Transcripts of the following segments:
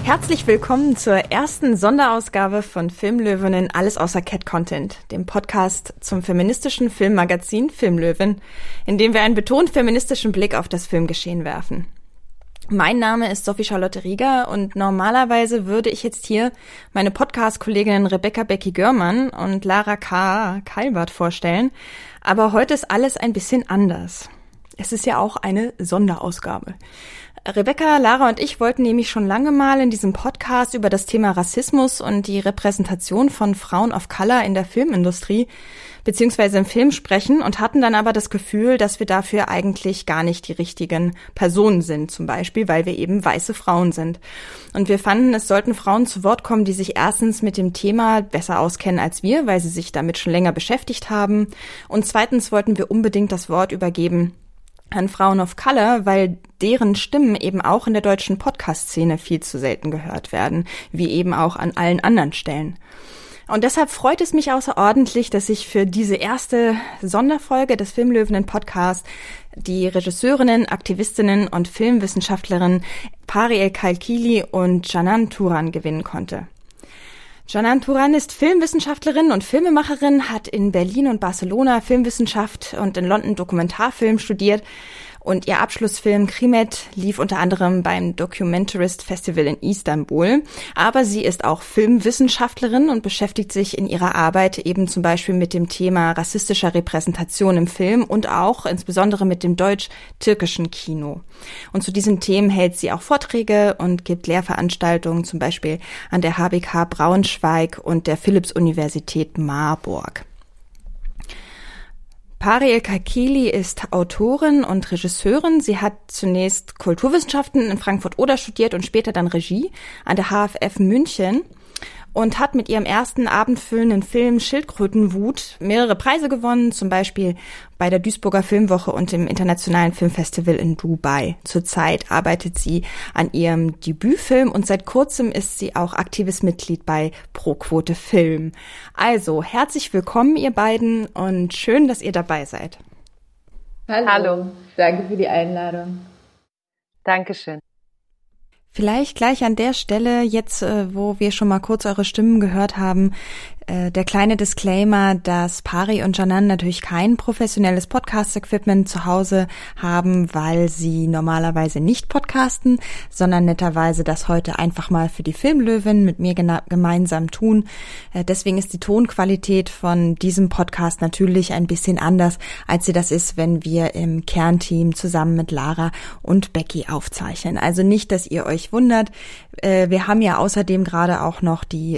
Herzlich willkommen zur ersten Sonderausgabe von Filmlöwinnen Alles außer Cat Content, dem Podcast zum feministischen Filmmagazin Filmlöwin, in dem wir einen betont feministischen Blick auf das Filmgeschehen werfen. Mein Name ist Sophie Charlotte Rieger und normalerweise würde ich jetzt hier meine Podcast-Kolleginnen Rebecca Becky-Görmann und Lara K. Kalbert vorstellen, aber heute ist alles ein bisschen anders. Es ist ja auch eine Sonderausgabe. Rebecca, Lara und ich wollten nämlich schon lange mal in diesem Podcast über das Thema Rassismus und die Repräsentation von Frauen of Color in der Filmindustrie beziehungsweise im Film sprechen und hatten dann aber das Gefühl, dass wir dafür eigentlich gar nicht die richtigen Personen sind, zum Beispiel, weil wir eben weiße Frauen sind. Und wir fanden, es sollten Frauen zu Wort kommen, die sich erstens mit dem Thema besser auskennen als wir, weil sie sich damit schon länger beschäftigt haben. Und zweitens wollten wir unbedingt das Wort übergeben an Frauen of Color, weil deren Stimmen eben auch in der deutschen Podcast-Szene viel zu selten gehört werden, wie eben auch an allen anderen Stellen. Und deshalb freut es mich außerordentlich, dass ich für diese erste Sonderfolge des Filmlöwinnen-Podcasts die Regisseurinnen, Aktivistinnen und Filmwissenschaftlerinnen Pari El-Kalkili und Canan Turan gewinnen konnte. Canan Turan ist Filmwissenschaftlerin und Filmemacherin, hat in Berlin und Barcelona Filmwissenschaft und in London Dokumentarfilm studiert und ihr Abschlussfilm Krimet lief unter anderem beim Documentarist Festival in Istanbul. Aber sie ist auch Filmwissenschaftlerin und beschäftigt sich in ihrer Arbeit eben zum Beispiel mit dem Thema rassistischer Repräsentation im Film und auch insbesondere mit dem deutsch-türkischen Kino. Und zu diesen Themen hält sie auch Vorträge und gibt Lehrveranstaltungen, zum Beispiel an der HBK Braunschweig und der Philipps-Universität Marburg. Pari El-Kalkili ist Autorin und Regisseurin. Sie hat zunächst Kulturwissenschaften in Frankfurt-Oder studiert und später dann Regie an der HFF München und hat mit ihrem ersten abendfüllenden Film Schildkrötenwut mehrere Preise gewonnen, zum Beispiel bei der Duisburger Filmwoche und dem Internationalen Filmfestival in Dubai. Zurzeit arbeitet sie an ihrem Debütfilm und seit kurzem ist sie auch aktives Mitglied bei ProQuote Film. Also, herzlich willkommen ihr beiden und schön, dass ihr dabei seid. Hallo. Danke für die Einladung. Dankeschön. Vielleicht gleich an der Stelle, jetzt wo wir schon mal kurz eure Stimmen gehört haben, der kleine Disclaimer, dass Pari und Canan natürlich kein professionelles Podcast-Equipment zu Hause haben, weil sie normalerweise nicht podcasten, sondern netterweise das heute einfach mal für die Filmlöwin mit mir gemeinsam tun. Deswegen ist die Tonqualität von diesem Podcast natürlich ein bisschen anders, als sie das ist, wenn wir im Kernteam zusammen mit Lara und Becky aufzeichnen. Also nicht, dass ihr euch wundert. Wir haben ja außerdem gerade auch noch die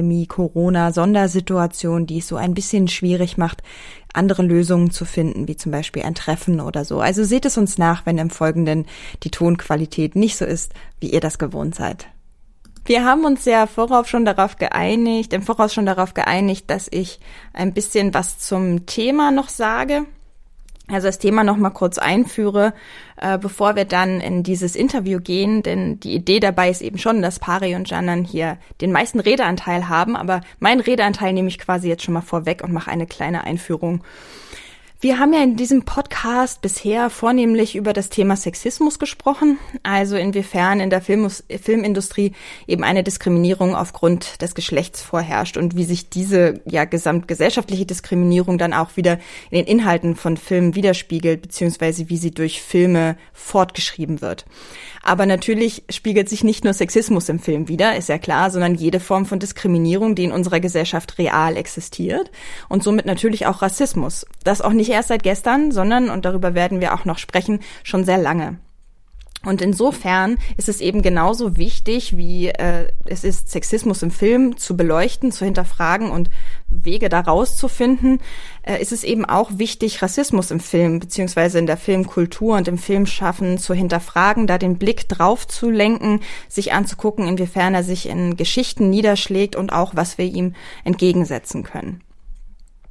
Pandemie-Corona-Sondersituation, die es so ein bisschen schwierig macht, andere Lösungen zu finden, wie zum Beispiel ein Treffen oder so. Also seht es uns nach, wenn im Folgenden die Tonqualität nicht so ist, wie ihr das gewohnt seid. Wir haben uns ja im Voraus schon darauf geeinigt, dass ich ein bisschen was zum Thema noch sage. Also das Thema noch mal kurz einführe, bevor wir dann in dieses Interview gehen, denn die Idee dabei ist eben schon, dass Pari und Canan hier den meisten Redeanteil haben, aber meinen Redeanteil nehme ich quasi jetzt schon mal vorweg und mache eine kleine Einführung. Wir haben ja in diesem Podcast bisher vornehmlich über das Thema Sexismus gesprochen, also inwiefern in der Filmindustrie eben eine Diskriminierung aufgrund des Geschlechts vorherrscht und wie sich diese ja gesamtgesellschaftliche Diskriminierung dann auch wieder in den Inhalten von Filmen widerspiegelt, beziehungsweise wie sie durch Filme fortgeschrieben wird. Aber natürlich spiegelt sich nicht nur Sexismus im Film wider, ist ja klar, sondern jede Form von Diskriminierung, die in unserer Gesellschaft real existiert und somit natürlich auch Rassismus. Das auch nicht erst seit gestern, sondern, und darüber werden wir auch noch sprechen, schon sehr lange. Und insofern ist es eben genauso wichtig, wie es ist, Sexismus im Film zu beleuchten, zu hinterfragen und Wege daraus zu finden, ist es eben auch wichtig, Rassismus im Film beziehungsweise in der Filmkultur und im Filmschaffen zu hinterfragen, da den Blick drauf zu lenken, sich anzugucken, inwiefern er sich in Geschichten niederschlägt und auch, was wir ihm entgegensetzen können.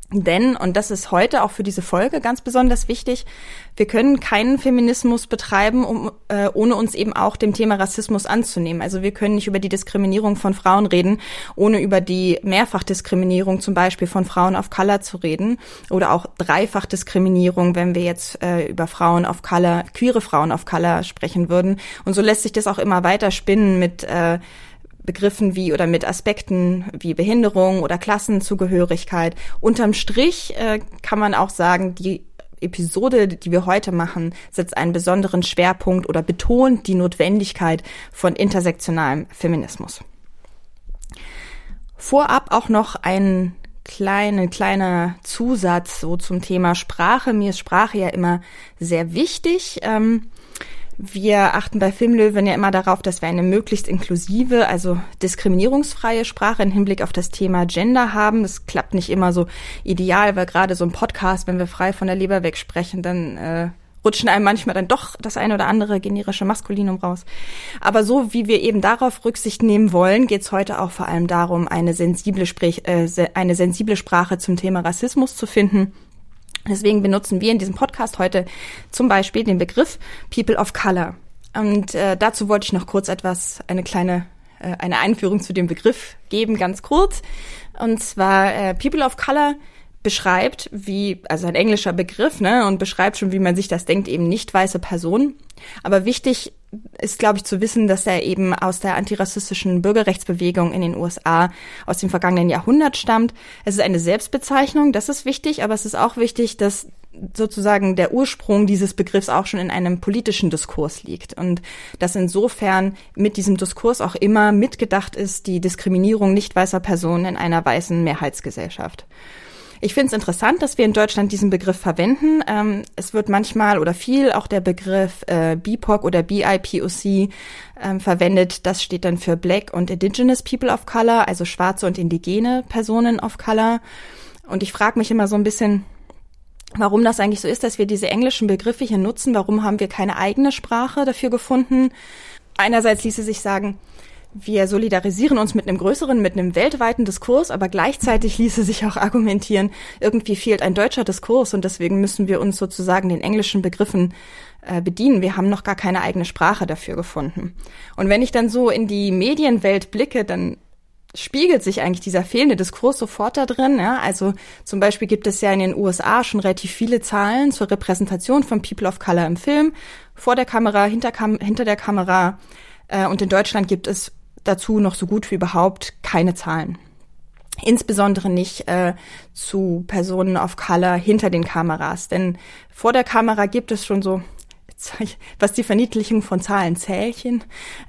Denn, und das ist heute auch für diese Folge ganz besonders wichtig, wir können keinen Feminismus betreiben, ohne uns eben auch dem Thema Rassismus anzunehmen. Also wir können nicht über die Diskriminierung von Frauen reden, ohne über die Mehrfachdiskriminierung zum Beispiel von Frauen of Color zu reden oder auch Dreifachdiskriminierung, wenn wir jetzt über Frauen of Color, queere Frauen of Color sprechen würden. Und so lässt sich das auch immer weiter spinnen mit Begriffen wie oder mit Aspekten wie Behinderung oder Klassenzugehörigkeit. Unterm Strich kann man auch sagen, die Episode, die wir heute machen, setzt einen besonderen Schwerpunkt oder betont die Notwendigkeit von intersektionalem Feminismus. Vorab auch noch ein kleiner Zusatz so zum Thema Sprache. Mir ist Sprache ja immer sehr wichtig. Wir achten bei Filmlöwen ja immer darauf, dass wir eine möglichst inklusive, also diskriminierungsfreie Sprache im Hinblick auf das Thema Gender haben. Das klappt nicht immer so ideal, weil gerade so ein Podcast, wenn wir frei von der Leber weg sprechen, dann rutschen einem manchmal dann doch das eine oder andere generische Maskulinum raus. Aber so wie wir eben darauf Rücksicht nehmen wollen, geht es heute auch vor allem darum, eine sensible Sprache zum Thema Rassismus zu finden. Deswegen benutzen wir in diesem Podcast heute zum Beispiel den Begriff People of Color. Und dazu wollte ich noch kurz eine Einführung zu dem Begriff geben, ganz kurz. Und zwar People of Color beschreibt, also ein englischer Begriff, ne, und beschreibt schon, wie man sich das denkt, eben nicht weiße Personen. Aber wichtig ist, glaube ich, zu wissen, dass er eben aus der antirassistischen Bürgerrechtsbewegung in den USA aus dem vergangenen Jahrhundert stammt. Es ist eine Selbstbezeichnung, das ist wichtig, aber es ist auch wichtig, dass sozusagen der Ursprung dieses Begriffs auch schon in einem politischen Diskurs liegt und dass insofern mit diesem Diskurs auch immer mitgedacht ist, die Diskriminierung nicht weißer Personen in einer weißen Mehrheitsgesellschaft. Ich finde es interessant, dass wir in Deutschland diesen Begriff verwenden. Es wird manchmal oder viel auch der Begriff BIPOC oder BIPOC verwendet. Das steht dann für Black und Indigenous People of Color, also schwarze und indigene Personen of Color. Und ich frage mich immer so ein bisschen, warum das eigentlich so ist, dass wir diese englischen Begriffe hier nutzen. Warum haben wir keine eigene Sprache dafür gefunden? Einerseits ließe sich sagen, wir solidarisieren uns mit einem weltweiten Diskurs, aber gleichzeitig ließe sich auch argumentieren, irgendwie fehlt ein deutscher Diskurs und deswegen müssen wir uns sozusagen den englischen Begriffen bedienen. Wir haben noch gar keine eigene Sprache dafür gefunden. Und wenn ich dann so in die Medienwelt blicke, dann spiegelt sich eigentlich dieser fehlende Diskurs sofort da drin. Ja? Also zum Beispiel gibt es ja in den USA schon relativ viele Zahlen zur Repräsentation von People of Color im Film, vor der Kamera, hinter der Kamera. Und in Deutschland gibt es dazu noch so gut wie überhaupt keine Zahlen. Insbesondere nicht zu Personen of Color hinter den Kameras. Denn vor der Kamera gibt es schon so, was die Verniedlichung von Zahlen Zählchen.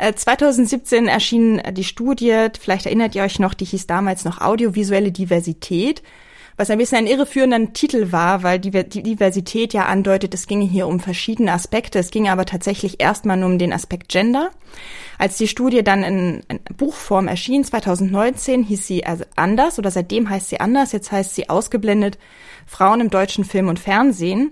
2017 erschien die Studie, vielleicht erinnert ihr euch noch, die hieß damals noch Audiovisuelle Diversität, was ein bisschen ein irreführender Titel war, weil die Diversität ja andeutet, es ginge hier um verschiedene Aspekte. Es ging aber tatsächlich erstmal nur um den Aspekt Gender. Als die Studie dann in Buchform erschien, 2019, hieß sie also anders oder seitdem heißt sie anders. Jetzt heißt sie ausgeblendet Frauen im deutschen Film und Fernsehen.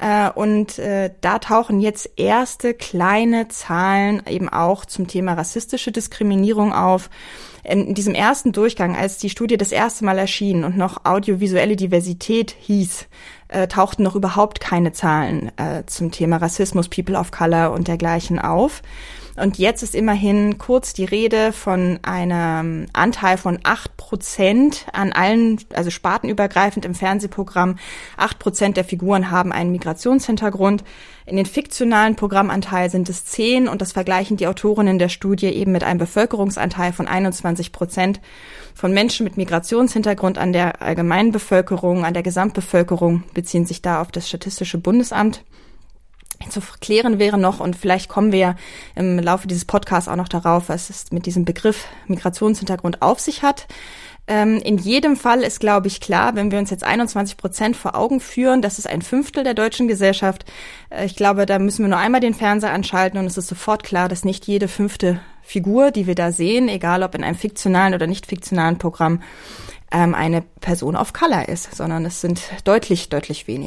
Und da tauchen jetzt erste kleine Zahlen eben auch zum Thema rassistische Diskriminierung auf. In diesem ersten Durchgang, als die Studie das erste Mal erschien und noch audiovisuelle Diversität hieß, tauchten noch überhaupt keine Zahlen zum Thema Rassismus, People of Color und dergleichen auf. Und jetzt ist immerhin kurz die Rede von einem Anteil von 8% an allen, also spartenübergreifend im Fernsehprogramm. 8% der Figuren haben einen Migrationshintergrund. In den fiktionalen Programmanteil sind es 10 und das vergleichen die Autorinnen der Studie eben mit einem Bevölkerungsanteil von 21% von Menschen mit Migrationshintergrund an der allgemeinen Bevölkerung, an der Gesamtbevölkerung, beziehen sich da auf das Statistische Bundesamt. Zu klären wäre noch, und vielleicht kommen wir im Laufe dieses Podcasts auch noch darauf, was es mit diesem Begriff Migrationshintergrund auf sich hat. In jedem Fall ist, glaube ich, klar, wenn wir uns jetzt 21% vor Augen führen, das ist ein Fünftel der deutschen Gesellschaft. Ich glaube, da müssen wir nur einmal den Fernseher anschalten und es ist sofort klar, dass nicht jede fünfte Figur, die wir da sehen, egal ob in einem fiktionalen oder nicht fiktionalen Programm, eine Person of Color ist, sondern es sind deutlich, deutlich weniger.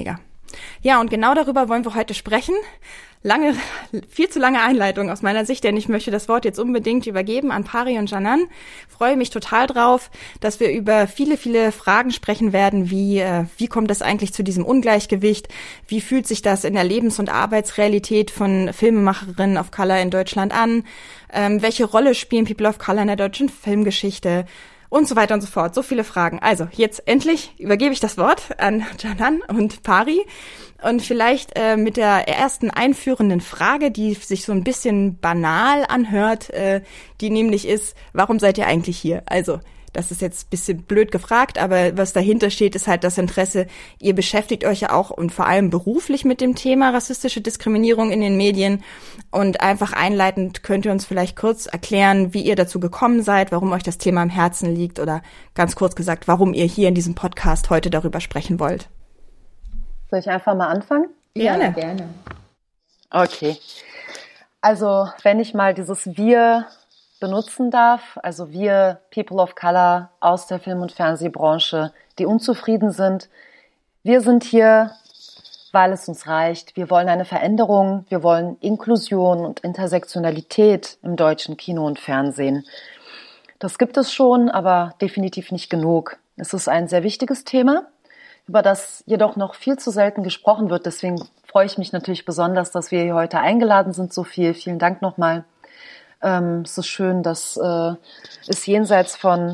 Ja, und genau darüber wollen wir heute sprechen. Viel zu lange Einleitung aus meiner Sicht, denn ich möchte das Wort jetzt unbedingt übergeben an Pari und Canan. Freue mich total drauf, dass wir über viele, viele Fragen sprechen werden, wie kommt es eigentlich zu diesem Ungleichgewicht? Wie fühlt sich das in der Lebens- und Arbeitsrealität von Filmemacherinnen of Color in Deutschland an? Welche Rolle spielen People of Color in der deutschen Filmgeschichte? Und so weiter und so fort. So viele Fragen. Also, jetzt endlich übergebe ich das Wort an Canan und Pari. Und vielleicht mit der ersten einführenden Frage, die sich so ein bisschen banal anhört, die nämlich ist, warum seid ihr eigentlich hier? Also, das ist jetzt ein bisschen blöd gefragt, aber was dahinter steht, ist halt das Interesse. Ihr beschäftigt euch ja auch und vor allem beruflich mit dem Thema rassistische Diskriminierung in den Medien. Und einfach einleitend könnt ihr uns vielleicht kurz erklären, wie ihr dazu gekommen seid, warum euch das Thema am Herzen liegt oder ganz kurz gesagt, warum ihr hier in diesem Podcast heute darüber sprechen wollt. Soll ich einfach mal anfangen? Gerne. Ja, gerne. Okay. Also, wenn ich mal dieses Wir benutzen darf, also wir People of Color aus der Film- und Fernsehbranche, die unzufrieden sind. Wir sind hier, weil es uns reicht. Wir wollen eine Veränderung, wir wollen Inklusion und Intersektionalität im deutschen Kino und Fernsehen. Das gibt es schon, aber definitiv nicht genug. Es ist ein sehr wichtiges Thema, über das jedoch noch viel zu selten gesprochen wird. Deswegen freue ich mich natürlich besonders, dass wir hier heute eingeladen sind, so viel. Vielen Dank nochmal. Es ist schön, dass es jenseits von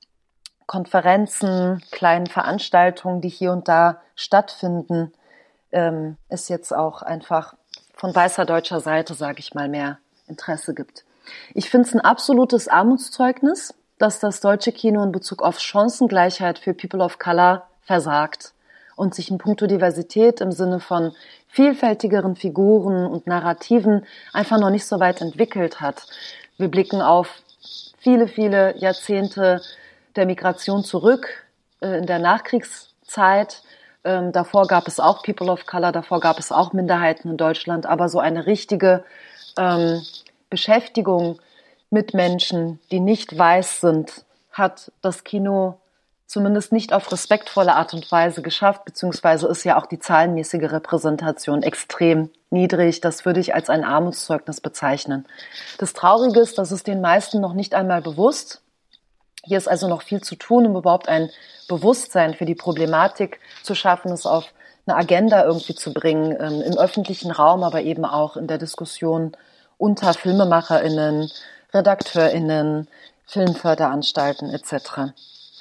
Konferenzen, kleinen Veranstaltungen, die hier und da stattfinden, es jetzt auch einfach von weißer deutscher Seite, sage ich mal, mehr Interesse gibt. Ich finde es ein absolutes Armutszeugnis, dass das deutsche Kino in Bezug auf Chancengleichheit für People of Color versagt und sich in puncto Diversität im Sinne von vielfältigeren Figuren und Narrativen einfach noch nicht so weit entwickelt hat. Wir blicken auf viele, viele Jahrzehnte der Migration zurück in der Nachkriegszeit. Davor gab es auch People of Color, davor gab es auch Minderheiten in Deutschland, aber so eine richtige Beschäftigung mit Menschen, die nicht weiß sind, hat das Kino zumindest nicht auf respektvolle Art und Weise geschafft, beziehungsweise ist ja auch die zahlenmäßige Repräsentation extrem niedrig. Das würde ich als ein Armutszeugnis bezeichnen. Das Traurige ist, dass es den meisten noch nicht einmal bewusst. Hier ist also noch viel zu tun, um überhaupt ein Bewusstsein für die Problematik zu schaffen, es auf eine Agenda irgendwie zu bringen, im öffentlichen Raum, aber eben auch in der Diskussion unter FilmemacherInnen, RedakteurInnen, Filmförderanstalten etc.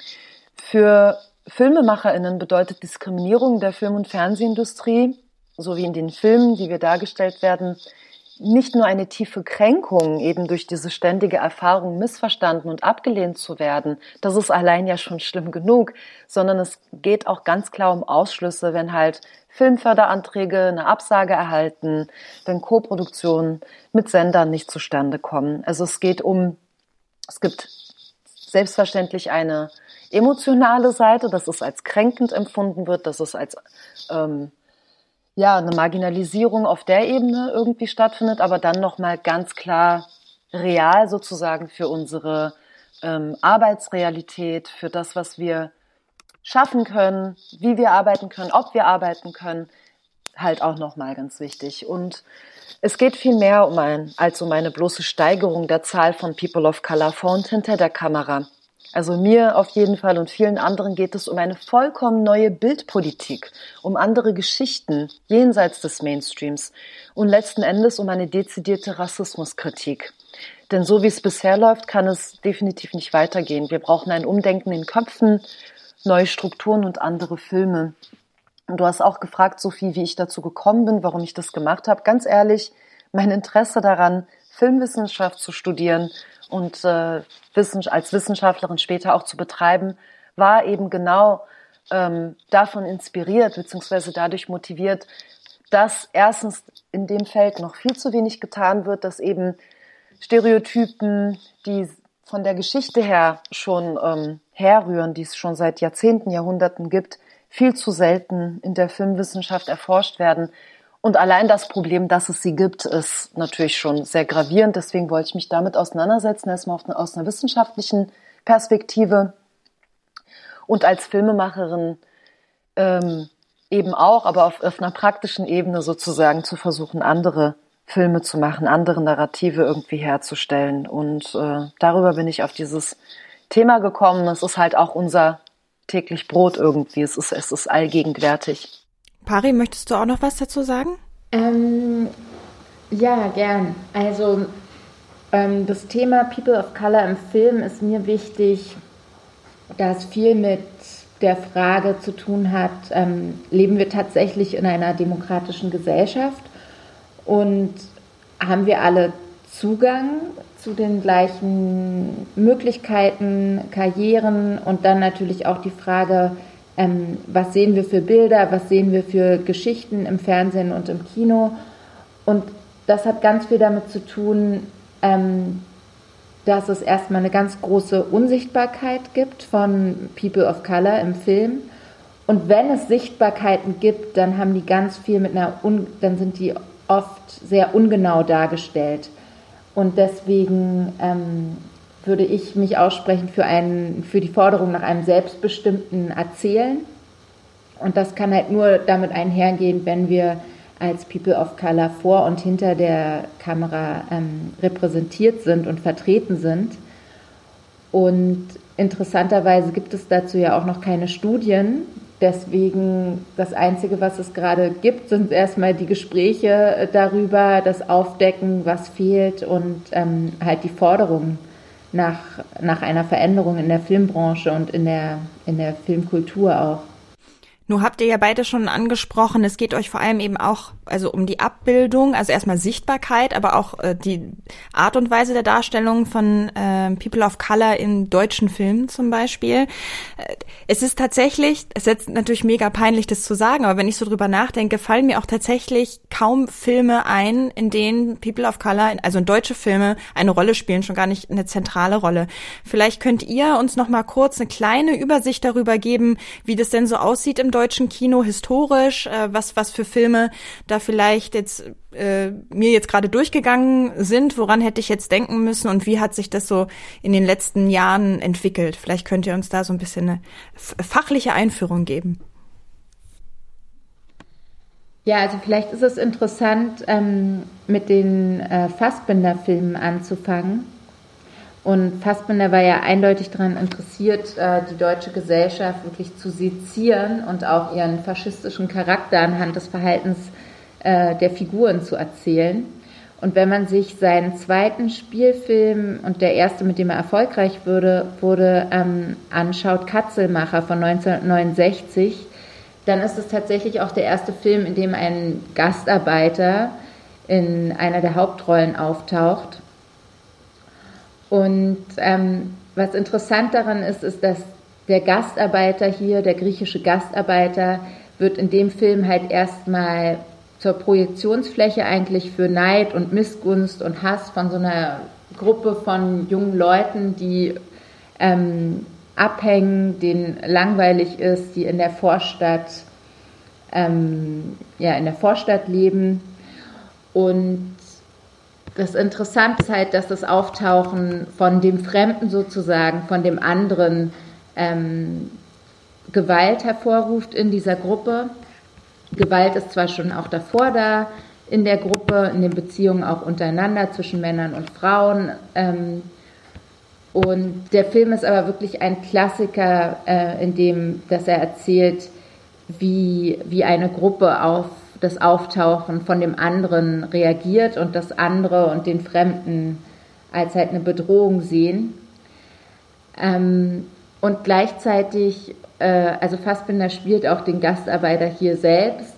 Für FilmemacherInnen bedeutet Diskriminierung der Film- und Fernsehindustrie, so wie in den Filmen, die wir dargestellt werden, nicht nur eine tiefe Kränkung, eben durch diese ständige Erfahrung, missverstanden und abgelehnt zu werden. Das ist allein ja schon schlimm genug, sondern es geht auch ganz klar um Ausschlüsse, wenn halt Filmförderanträge eine Absage erhalten, wenn Koproduktionen mit Sendern nicht zustande kommen. Also es gibt selbstverständlich eine emotionale Seite, dass es als kränkend empfunden wird, dass es als eine Marginalisierung auf der Ebene irgendwie stattfindet, aber dann nochmal ganz klar real sozusagen für unsere Arbeitsrealität, für das, was wir schaffen können, wie wir arbeiten können, ob wir arbeiten können, halt auch nochmal ganz wichtig. Und es geht viel mehr als um eine bloße Steigerung der Zahl von People of Color vor und hinter der Kamera. Also mir auf jeden Fall und vielen anderen geht es um eine vollkommen neue Bildpolitik, um andere Geschichten jenseits des Mainstreams und letzten Endes um eine dezidierte Rassismuskritik. Denn so wie es bisher läuft, kann es definitiv nicht weitergehen. Wir brauchen ein Umdenken in Köpfen, neue Strukturen und andere Filme. Und du hast auch gefragt, Sophie, wie ich dazu gekommen bin, warum ich das gemacht habe. Ganz ehrlich, mein Interesse daran, Filmwissenschaft zu studieren und als Wissenschaftlerin später auch zu betreiben, war eben genau davon inspiriert bzw. dadurch motiviert, dass erstens in dem Feld noch viel zu wenig getan wird, dass eben Stereotypen, die von der Geschichte her schon herrühren, die es schon seit Jahrzehnten, Jahrhunderten gibt, viel zu selten in der Filmwissenschaft erforscht werden. Und allein das Problem, dass es sie gibt, ist natürlich schon sehr gravierend. Deswegen wollte ich mich damit auseinandersetzen, erstmal aus einer wissenschaftlichen Perspektive. Und als Filmemacherin eben auch, aber auf einer praktischen Ebene sozusagen zu versuchen, andere Filme zu machen, andere Narrative irgendwie herzustellen. Und darüber bin ich auf dieses Thema gekommen. Es ist halt auch unser täglich Brot irgendwie. Es ist allgegenwärtig. Pari, möchtest du auch noch was dazu sagen? Ja, gern. Also das Thema People of Color im Film ist mir wichtig, da es viel mit der Frage zu tun hat, leben wir tatsächlich in einer demokratischen Gesellschaft und haben wir alle Zugang zu den gleichen Möglichkeiten, Karrieren und dann natürlich auch die Frage, was sehen wir für Bilder, was sehen wir für Geschichten im Fernsehen und im Kino. Und das hat ganz viel damit zu tun, dass es erstmal eine ganz große Unsichtbarkeit gibt von People of Color im Film. Und wenn es Sichtbarkeiten gibt, dann haben die ganz viel dann sind die oft sehr ungenau dargestellt. Und deswegen würde ich mich aussprechen für die Forderung nach einem selbstbestimmten Erzählen. Und das kann halt nur damit einhergehen, wenn wir als People of Color vor und hinter der Kamera repräsentiert sind und vertreten sind. Und interessanterweise gibt es dazu ja auch noch keine Studien. Deswegen das Einzige, was es gerade gibt, sind erstmal die Gespräche darüber, das Aufdecken, was fehlt und halt die Forderung nach einer Veränderung in der Filmbranche und in der Filmkultur auch. Nun habt ihr ja beide schon angesprochen, es geht euch vor allem eben auch um die Abbildung, also erstmal Sichtbarkeit, aber auch die Art und Weise der Darstellung von People of Color in deutschen Filmen zum Beispiel. Es ist tatsächlich, es ist jetzt natürlich mega peinlich, das zu sagen, aber wenn ich so drüber nachdenke, fallen mir auch tatsächlich kaum Filme ein, in denen People of Color, also in deutsche Filme, eine Rolle spielen, schon gar nicht eine zentrale Rolle. Vielleicht könnt ihr uns noch mal kurz eine kleine Übersicht darüber geben, wie das denn so aussieht im deutschen Kino historisch, was für Filme da vielleicht jetzt mir jetzt gerade durchgegangen sind, woran hätte ich jetzt denken müssen und wie hat sich das so in den letzten Jahren entwickelt? Vielleicht könnt ihr uns da so ein bisschen eine fachliche Einführung geben. Ja, also vielleicht ist es interessant, mit den Fassbinder-Filmen anzufangen. Und Fassbinder war ja eindeutig daran interessiert, die deutsche Gesellschaft wirklich zu sezieren und auch ihren faschistischen Charakter anhand des Verhaltens der Figuren zu erzählen. Und wenn man sich seinen zweiten Spielfilm und der erste, mit dem er erfolgreich wurde, anschaut, Katzelmacher von 1969, dann ist es tatsächlich auch der erste Film, in dem ein Gastarbeiter in einer der Hauptrollen auftaucht. Und was interessant daran ist, dass der Gastarbeiter hier, der griechische Gastarbeiter, wird in dem Film halt erstmal zur Projektionsfläche eigentlich für Neid und Missgunst und Hass von so einer Gruppe von jungen Leuten, die abhängen, denen langweilig ist, die in der Vorstadt leben. Und das Interessante ist halt, dass das Auftauchen von dem Fremden sozusagen, von dem anderen, Gewalt hervorruft in dieser Gruppe. Gewalt ist zwar schon auch davor da in der Gruppe, in den Beziehungen auch untereinander zwischen Männern und Frauen. Und der Film ist aber wirklich ein Klassiker, in dem, dass er erzählt, wie eine Gruppe auf das Auftauchen von dem anderen reagiert und das andere und den Fremden als halt eine Bedrohung sehen. Und gleichzeitig, also Fassbinder spielt auch den Gastarbeiter hier selbst.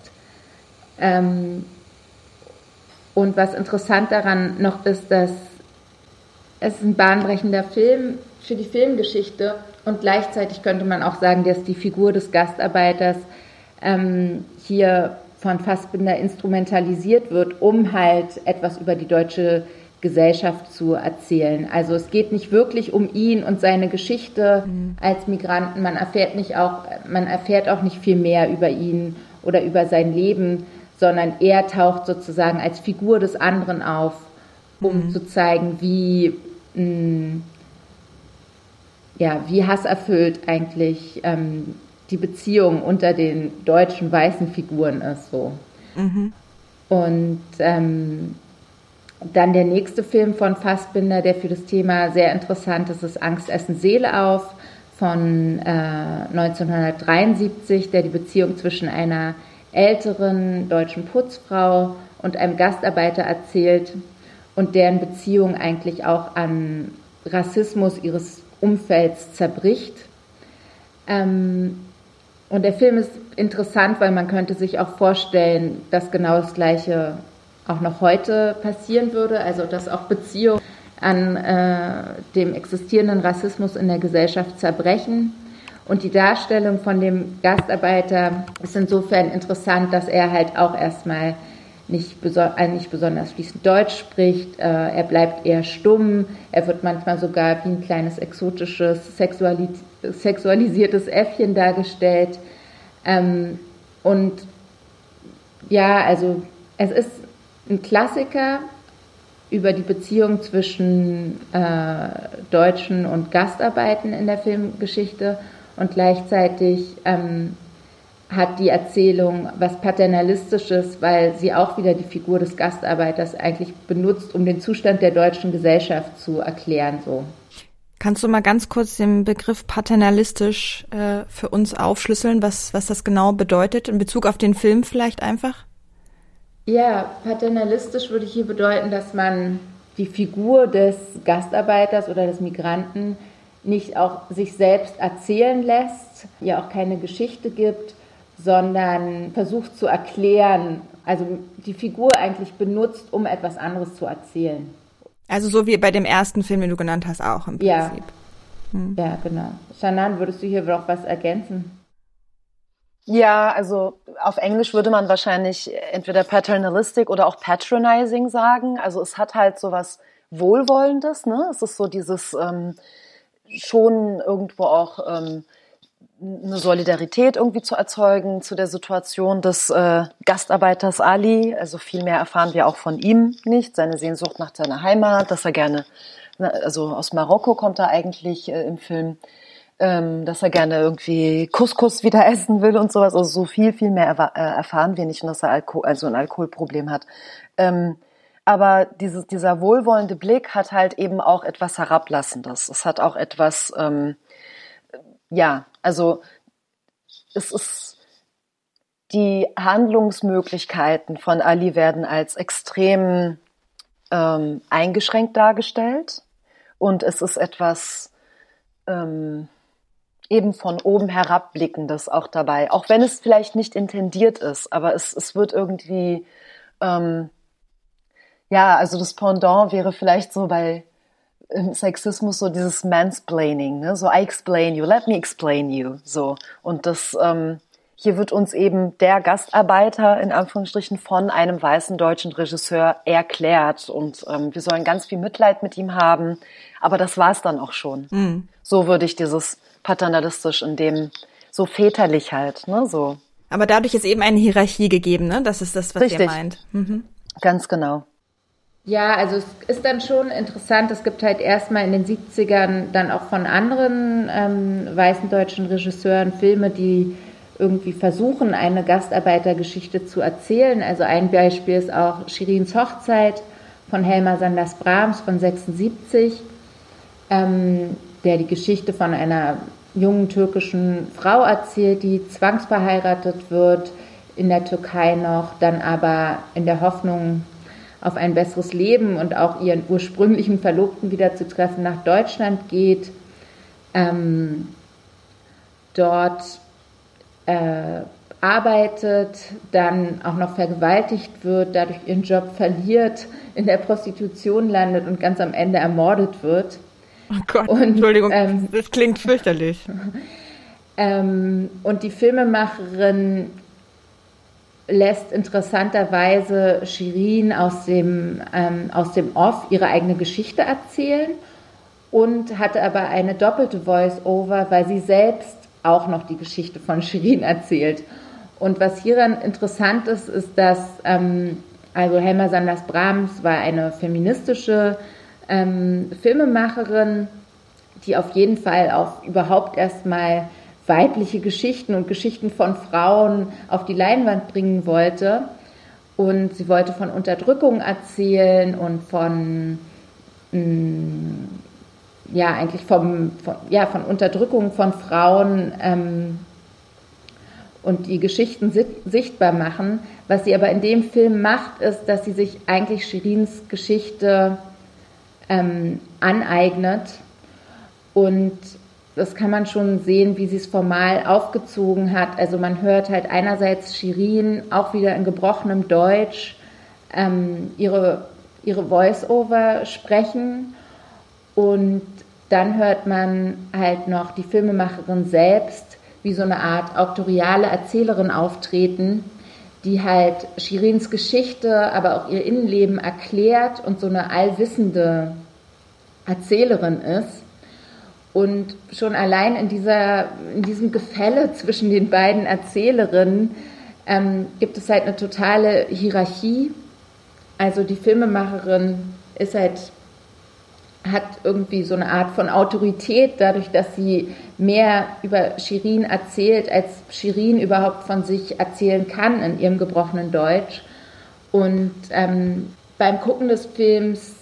Und was interessant daran noch ist, dass es ein bahnbrechender Film für die Filmgeschichte und gleichzeitig könnte man auch sagen, dass die Figur des Gastarbeiters hier von Fassbinder instrumentalisiert wird, um halt etwas über die deutsche Gesellschaft zu erzählen. Also es geht nicht wirklich um ihn und seine Geschichte als Migranten. Man erfährt auch nicht viel mehr über ihn oder über sein Leben, sondern er taucht sozusagen als Figur des anderen auf, um zu zeigen, wie hasserfüllt eigentlich die Beziehung unter den deutschen weißen Figuren ist so. Mhm. Und dann der nächste Film von Fassbinder, der für das Thema sehr interessant ist, ist Angst essen Seele auf von 1973, der die Beziehung zwischen einer älteren deutschen Putzfrau und einem Gastarbeiter erzählt und deren Beziehung eigentlich auch an Rassismus ihres Umfelds zerbricht. Und der Film ist interessant, weil man könnte sich auch vorstellen, dass genau das Gleiche auch noch heute passieren würde, also dass auch Beziehungen an dem existierenden Rassismus in der Gesellschaft zerbrechen. Und die Darstellung von dem Gastarbeiter ist insofern interessant, dass er halt auch erstmal nicht besonders fließend Deutsch spricht. Er bleibt eher stumm. Er wird manchmal sogar wie ein kleines exotisches, sexualisiertes Äffchen dargestellt. Und ja, also es ist ein Klassiker über die Beziehung zwischen Deutschen und Gastarbeitern in der Filmgeschichte. Und gleichzeitig hat die Erzählung was Paternalistisches, weil sie auch wieder die Figur des Gastarbeiters eigentlich benutzt, um den Zustand der deutschen Gesellschaft zu erklären. So. Kannst du mal ganz kurz den Begriff paternalistisch für uns aufschlüsseln, was das genau bedeutet, in Bezug auf den Film vielleicht einfach? Ja, paternalistisch würde hier bedeuten, dass man die Figur des Gastarbeiters oder des Migranten nicht auch sich selbst erzählen lässt, ihr auch keine Geschichte gibt, sondern versucht zu erklären, also die Figur eigentlich benutzt, um etwas anderes zu erzählen. Also so wie bei dem ersten Film, den du genannt hast, auch im Prinzip. Ja, ja, genau. Shannan, würdest du hier noch was ergänzen? Ja, also auf Englisch würde man wahrscheinlich entweder paternalistic oder auch patronizing sagen. Also es hat halt so was Wohlwollendes, ne? Es ist so dieses schon irgendwo auch eine Solidarität irgendwie zu erzeugen zu der Situation des Gastarbeiters Ali. Also viel mehr erfahren wir auch von ihm nicht. Seine Sehnsucht nach seiner Heimat, dass er gerne, also aus Marokko kommt er eigentlich im Film, dass er gerne irgendwie Couscous wieder essen will und sowas. Also so viel mehr erfahren wir nicht und dass er ein Alkoholproblem hat. Aber dieser wohlwollende Blick hat halt eben auch etwas Herablassendes. Es hat auch etwas, also es ist, die Handlungsmöglichkeiten von Ali werden als extrem eingeschränkt dargestellt und es ist etwas eben von oben herabblickendes auch dabei, auch wenn es vielleicht nicht intendiert ist, aber es wird irgendwie also das Pendant wäre vielleicht so bei Sexismus so dieses Mansplaining, ne? So I explain you, let me explain you, so. Und das, hier wird uns eben der Gastarbeiter in Anführungsstrichen von einem weißen deutschen Regisseur erklärt und wir sollen ganz viel Mitleid mit ihm haben, aber das war's dann auch schon. Mhm. So würde ich dieses paternalistisch in dem, so väterlich halt, ne, so. Aber dadurch ist eben eine Hierarchie gegeben, ne? Das ist das, was Richtig. ihr meint. Mhm. Ganz genau. Ja, also es ist dann schon interessant, es gibt halt erstmal in den 70ern dann auch von anderen weißen deutschen Regisseuren Filme, die irgendwie versuchen, eine Gastarbeitergeschichte zu erzählen. Also ein Beispiel ist auch Shirins Hochzeit von Helmer Sanders Brahms von 76, der die Geschichte von einer jungen türkischen Frau erzählt, die zwangsverheiratet wird, in der Türkei noch, dann aber in der Hoffnung auf ein besseres Leben und auch ihren ursprünglichen Verlobten wieder zu treffen, nach Deutschland geht, dort arbeitet, dann auch noch vergewaltigt wird, dadurch ihren Job verliert, in der Prostitution landet und ganz am Ende ermordet wird. Oh Gott, und, Entschuldigung, das klingt fürchterlich. Und die Filmemacherin lässt interessanterweise Shirin aus dem Off ihre eigene Geschichte erzählen und hatte aber eine doppelte Voice-Over, weil sie selbst auch noch die Geschichte von Shirin erzählt. Und was hieran interessant ist, ist, dass also Helmer Sanders Brahms war eine feministische Filmemacherin, die auf jeden Fall auch überhaupt erstmal weibliche Geschichten und Geschichten von Frauen auf die Leinwand bringen wollte. Und sie wollte von Unterdrückung erzählen und von Unterdrückung von Frauen und die Geschichten sichtbar machen. Was sie aber in dem Film macht, ist, dass sie sich eigentlich Shirins Geschichte aneignet. Und das kann man schon sehen, wie sie es formal aufgezogen hat. Also man hört halt einerseits Shirin auch wieder in gebrochenem Deutsch ihre Voice-Over sprechen. Und dann hört man halt noch die Filmemacherin selbst wie so eine Art autoriale Erzählerin auftreten, die halt Shirins Geschichte, aber auch ihr Innenleben erklärt und so eine allwissende Erzählerin ist. Und schon allein in diesem Gefälle zwischen den beiden Erzählerinnen gibt es halt eine totale Hierarchie. Also die Filmemacherin hat irgendwie so eine Art von Autorität, dadurch, dass sie mehr über Shirin erzählt, als Shirin überhaupt von sich erzählen kann in ihrem gebrochenen Deutsch. Und beim Gucken des Films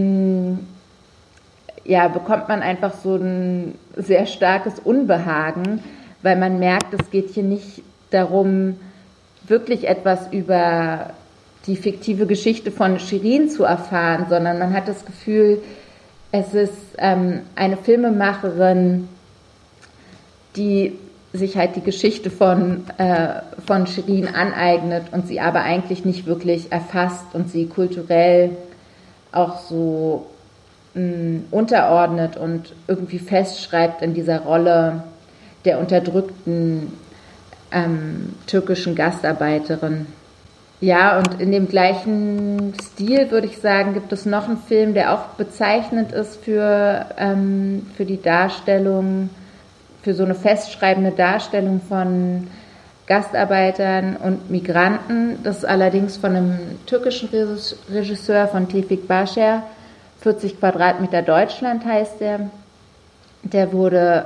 bekommt man einfach so ein sehr starkes Unbehagen, weil man merkt, es geht hier nicht darum, wirklich etwas über die fiktive Geschichte von Shirin zu erfahren, sondern man hat das Gefühl, es ist eine Filmemacherin, die sich halt die Geschichte von Shirin aneignet und sie aber eigentlich nicht wirklich erfasst und sie kulturell auch so unterordnet und irgendwie festschreibt in dieser Rolle der unterdrückten türkischen Gastarbeiterin. Ja, und in dem gleichen Stil, würde ich sagen, gibt es noch einen Film, der auch bezeichnend ist für die Darstellung, für so eine festschreibende Darstellung von Gastarbeitern und Migranten. Das ist allerdings von einem türkischen Regisseur, von Tevfik Başer. 40 Quadratmeter Deutschland heißt der. Der wurde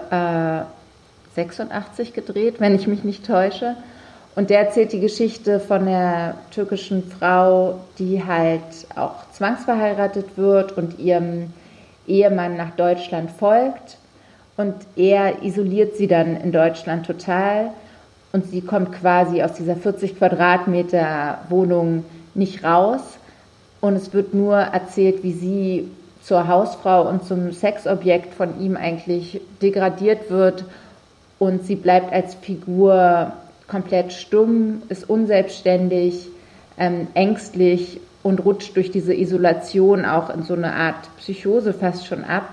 86 gedreht, wenn ich mich nicht täusche. Und der erzählt die Geschichte von der türkischen Frau, die halt auch zwangsverheiratet wird und ihrem Ehemann nach Deutschland folgt. Und er isoliert sie dann in Deutschland total. Und sie kommt quasi aus dieser 40 Quadratmeter Wohnung nicht raus. Und es wird nur erzählt, wie sie zur Hausfrau und zum Sexobjekt von ihm eigentlich degradiert wird. Und sie bleibt als Figur komplett stumm, ist unselbstständig, ängstlich und rutscht durch diese Isolation auch in so eine Art Psychose fast schon ab.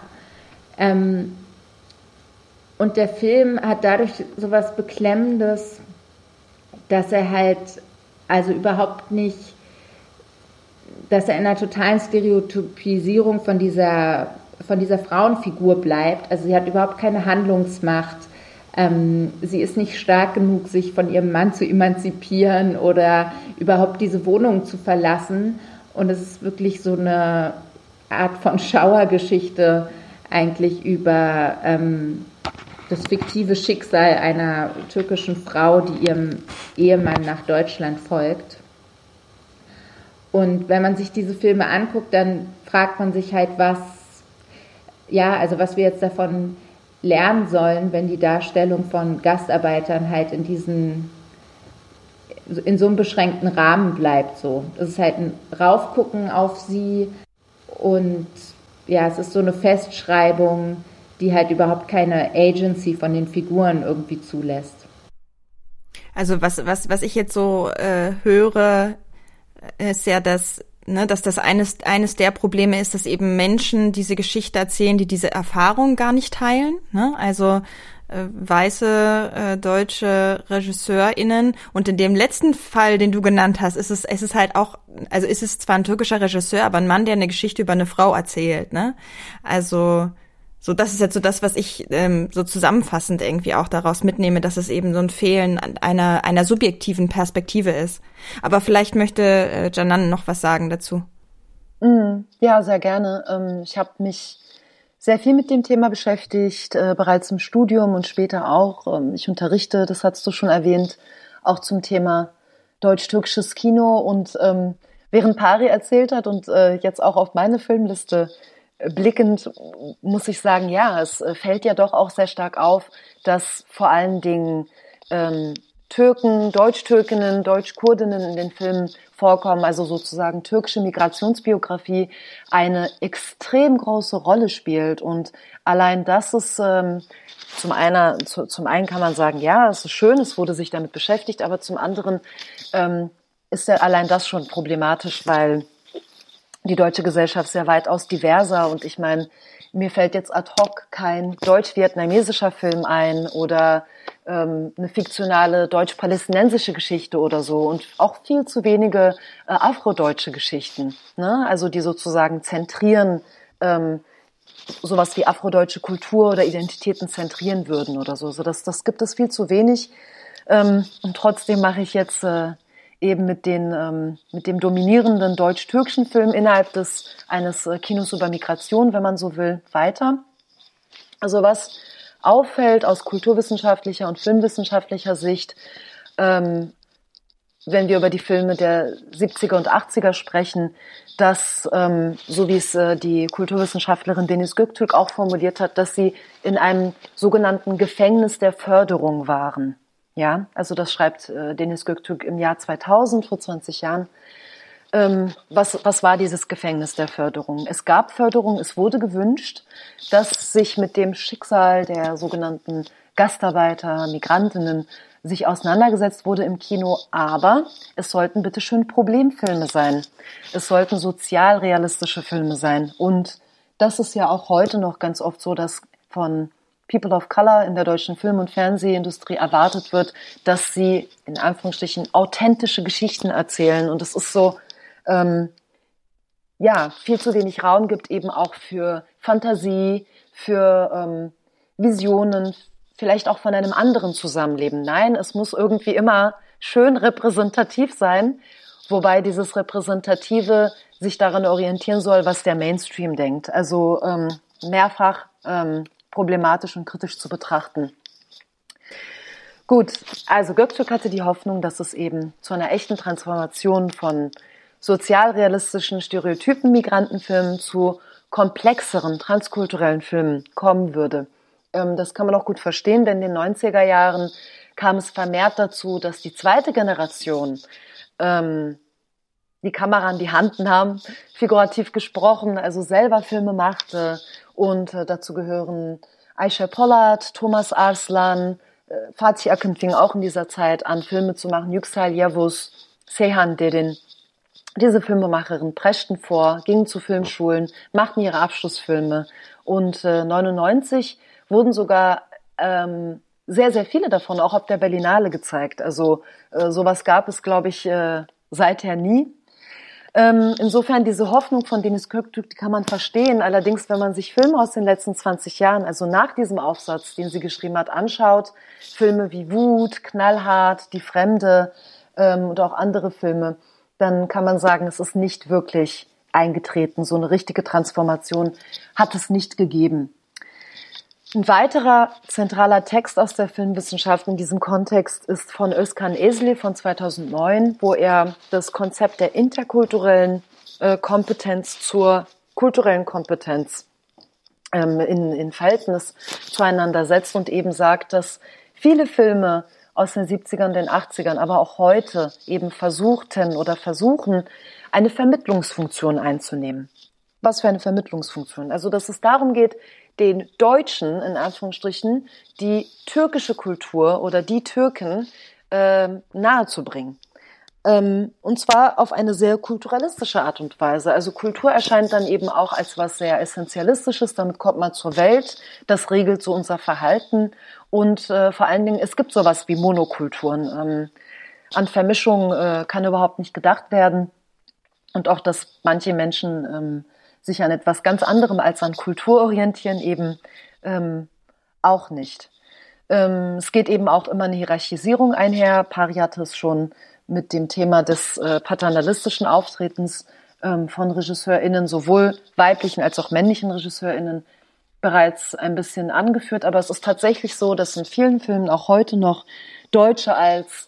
Und der Film hat dadurch sowas Beklemmendes, dass er halt also überhaupt nicht, dass er in einer totalen Stereotypisierung von dieser Frauenfigur bleibt. Also sie hat überhaupt keine Handlungsmacht. Sie ist nicht stark genug, sich von ihrem Mann zu emanzipieren oder überhaupt diese Wohnung zu verlassen. Und es ist wirklich so eine Art von Schauergeschichte eigentlich über das fiktive Schicksal einer türkischen Frau, die ihrem Ehemann nach Deutschland folgt. Und wenn man sich diese Filme anguckt, dann fragt man sich halt, was wir jetzt davon lernen sollen, wenn die Darstellung von Gastarbeitern halt in so einem beschränkten Rahmen bleibt. So. Das ist halt ein Raufgucken auf sie und ja, es ist so eine Festschreibung, die halt überhaupt keine Agency von den Figuren irgendwie zulässt. Also was ich jetzt so höre, ist ja, dass das eines der Probleme ist, dass eben Menschen diese Geschichte erzählen, die diese Erfahrung gar nicht teilen, ne? Also weiße deutsche RegisseurInnen. Und in dem letzten Fall, den du genannt hast, ist es halt auch, also ist es zwar ein türkischer Regisseur, aber ein Mann, der eine Geschichte über eine Frau erzählt, ne? Also so, das ist jetzt so das, was ich so zusammenfassend irgendwie auch daraus mitnehme, dass es eben so ein Fehlen einer subjektiven Perspektive ist. Aber vielleicht möchte Canan noch was sagen dazu. Ja, sehr gerne. Ich habe mich sehr viel mit dem Thema beschäftigt, bereits im Studium und später auch. Ich unterrichte, das hast du schon erwähnt, auch zum Thema deutsch-türkisches Kino. Und während Pari erzählt hat und jetzt auch auf meine Filmliste blickend, muss ich sagen, ja, es fällt ja doch auch sehr stark auf, dass vor allen Dingen Türken, Deutsch-Türkinnen, Deutsch-Kurdinnen in den Filmen vorkommen, also sozusagen türkische Migrationsbiografie eine extrem große Rolle spielt. Und allein das ist zum einen kann man sagen, ja, es ist schön, es wurde sich damit beschäftigt, aber zum anderen ist ja allein das schon problematisch, weil die deutsche Gesellschaft sehr weitaus diverser, und ich meine, mir fällt jetzt ad hoc kein deutsch-vietnamesischer Film ein oder eine fiktionale deutsch-palästinensische Geschichte oder so, und auch viel zu wenige afrodeutsche Geschichten, ne? Also die sozusagen zentrieren, sowas wie afrodeutsche Kultur oder Identitäten zentrieren würden oder so. Also das gibt es viel zu wenig, und trotzdem mache ich jetzt eben mit dem dominierenden deutsch-türkischen Film innerhalb eines Kinos über Migration, wenn man so will, weiter. Also was auffällt aus kulturwissenschaftlicher und filmwissenschaftlicher Sicht, wenn wir über die Filme der 70er und 80er sprechen, dass, so wie es die Kulturwissenschaftlerin Deniz Göktürk auch formuliert hat, dass sie in einem sogenannten Gefängnis der Förderung waren. Ja, also das schreibt Deniz Göktürk im Jahr 2000, vor 20 Jahren. Was war dieses Gefängnis der Förderung? Es gab Förderung, es wurde gewünscht, dass sich mit dem Schicksal der sogenannten Gastarbeiter, Migrantinnen sich auseinandergesetzt wurde im Kino, aber es sollten bitteschön Problemfilme sein. Es sollten sozialrealistische Filme sein. Und das ist ja auch heute noch ganz oft so, dass von People of Color in der deutschen Film- und Fernsehindustrie erwartet wird, dass sie in Anführungsstrichen authentische Geschichten erzählen. Und es ist so, viel zu wenig Raum gibt eben auch für Fantasie, für Visionen, vielleicht auch von einem anderen Zusammenleben. Nein, es muss irgendwie immer schön repräsentativ sein, wobei dieses Repräsentative sich daran orientieren soll, was der Mainstream denkt. Also mehrfach problematisch und kritisch zu betrachten. Gut, also Göktürk hatte die Hoffnung, dass es eben zu einer echten Transformation von sozialrealistischen, stereotypen Migrantenfilmen zu komplexeren, transkulturellen Filmen kommen würde. Das kann man auch gut verstehen, denn in den 90er Jahren kam es vermehrt dazu, dass die zweite Generation die Kamera in die Hand nahm, figurativ gesprochen, also selber Filme machte. Und dazu gehören Ayşe Polat, Thomas Arslan, Fatih Akın fing auch in dieser Zeit an, Filme zu machen, Yüksel Yavuz, Seyhan Derin. Diese Filmemacherinnen preschten vor, gingen zu Filmschulen, machten ihre Abschlussfilme. Und 99 wurden sogar sehr, sehr viele davon auch auf der Berlinale gezeigt. Also sowas gab es, glaube ich, seither nie. Insofern diese Hoffnung von Deniz Göktürk, die kann man verstehen. Allerdings, wenn man sich Filme aus den letzten 20 Jahren, also nach diesem Aufsatz, den sie geschrieben hat, anschaut, Filme wie Wut, Knallhart, Die Fremde und auch andere Filme, dann kann man sagen, es ist nicht wirklich eingetreten. So eine richtige Transformation hat es nicht gegeben. Ein weiterer zentraler Text aus der Filmwissenschaft in diesem Kontext ist von Özkan Esli von 2009, wo er das Konzept der interkulturellen Kompetenz zur kulturellen Kompetenz in Verhältnis zueinander setzt und eben sagt, dass viele Filme aus den 70ern und den 80ern, aber auch heute eben versuchen, eine Vermittlungsfunktion einzunehmen. Was für eine Vermittlungsfunktion? Also, dass es darum geht, den Deutschen, in Anführungsstrichen, die türkische Kultur oder die Türken nahezubringen. Und zwar auf eine sehr kulturalistische Art und Weise. Also Kultur erscheint dann eben auch als was sehr Essentialistisches, damit kommt man zur Welt, das regelt so unser Verhalten und vor allen Dingen, es gibt sowas wie Monokulturen. An Vermischung kann überhaupt nicht gedacht werden und auch, dass manche Menschen sich an etwas ganz anderem als an Kultur orientieren, eben auch nicht. Es geht eben auch immer eine Hierarchisierung einher. Pari hatte es schon mit dem Thema des paternalistischen Auftretens von RegisseurInnen, sowohl weiblichen als auch männlichen RegisseurInnen, bereits ein bisschen angeführt, aber es ist tatsächlich so, dass in vielen Filmen auch heute noch Türken als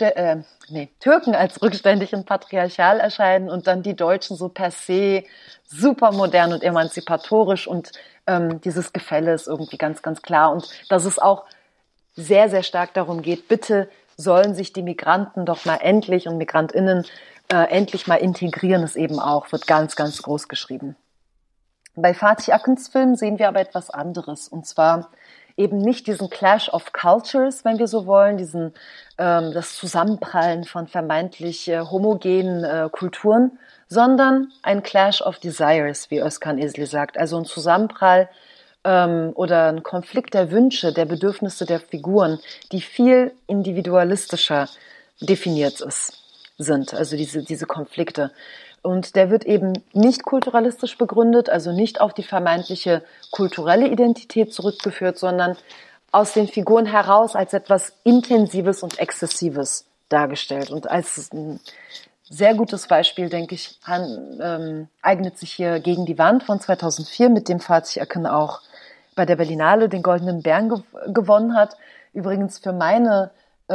rückständig und patriarchal erscheinen und dann die Deutschen so per se super modern und emanzipatorisch und dieses Gefälle ist irgendwie ganz, ganz klar und dass es auch sehr, sehr stark darum geht, bitte sollen sich die Migranten doch mal endlich und MigrantInnen endlich mal integrieren, ist eben auch, wird ganz, ganz groß geschrieben. Bei Fatih Akın's Film sehen wir aber etwas anderes und zwar eben nicht diesen Clash of Cultures, wenn wir so wollen, das Zusammenprallen von vermeintlich homogenen Kulturen, sondern ein Clash of Desires, wie Özkan Esli sagt, also ein Zusammenprall oder ein Konflikt der Wünsche, der Bedürfnisse der Figuren, die viel individualistischer definiert sind, also diese Konflikte. Und der wird eben nicht kulturalistisch begründet, also nicht auf die vermeintliche kulturelle Identität zurückgeführt, sondern aus den Figuren heraus als etwas Intensives und Exzessives dargestellt. Und als ein sehr gutes Beispiel, denke ich, eignet sich hier Gegen die Wand von 2004, mit dem Fatih Akın auch bei der Berlinale den Goldenen Bären gewonnen hat. Übrigens für meine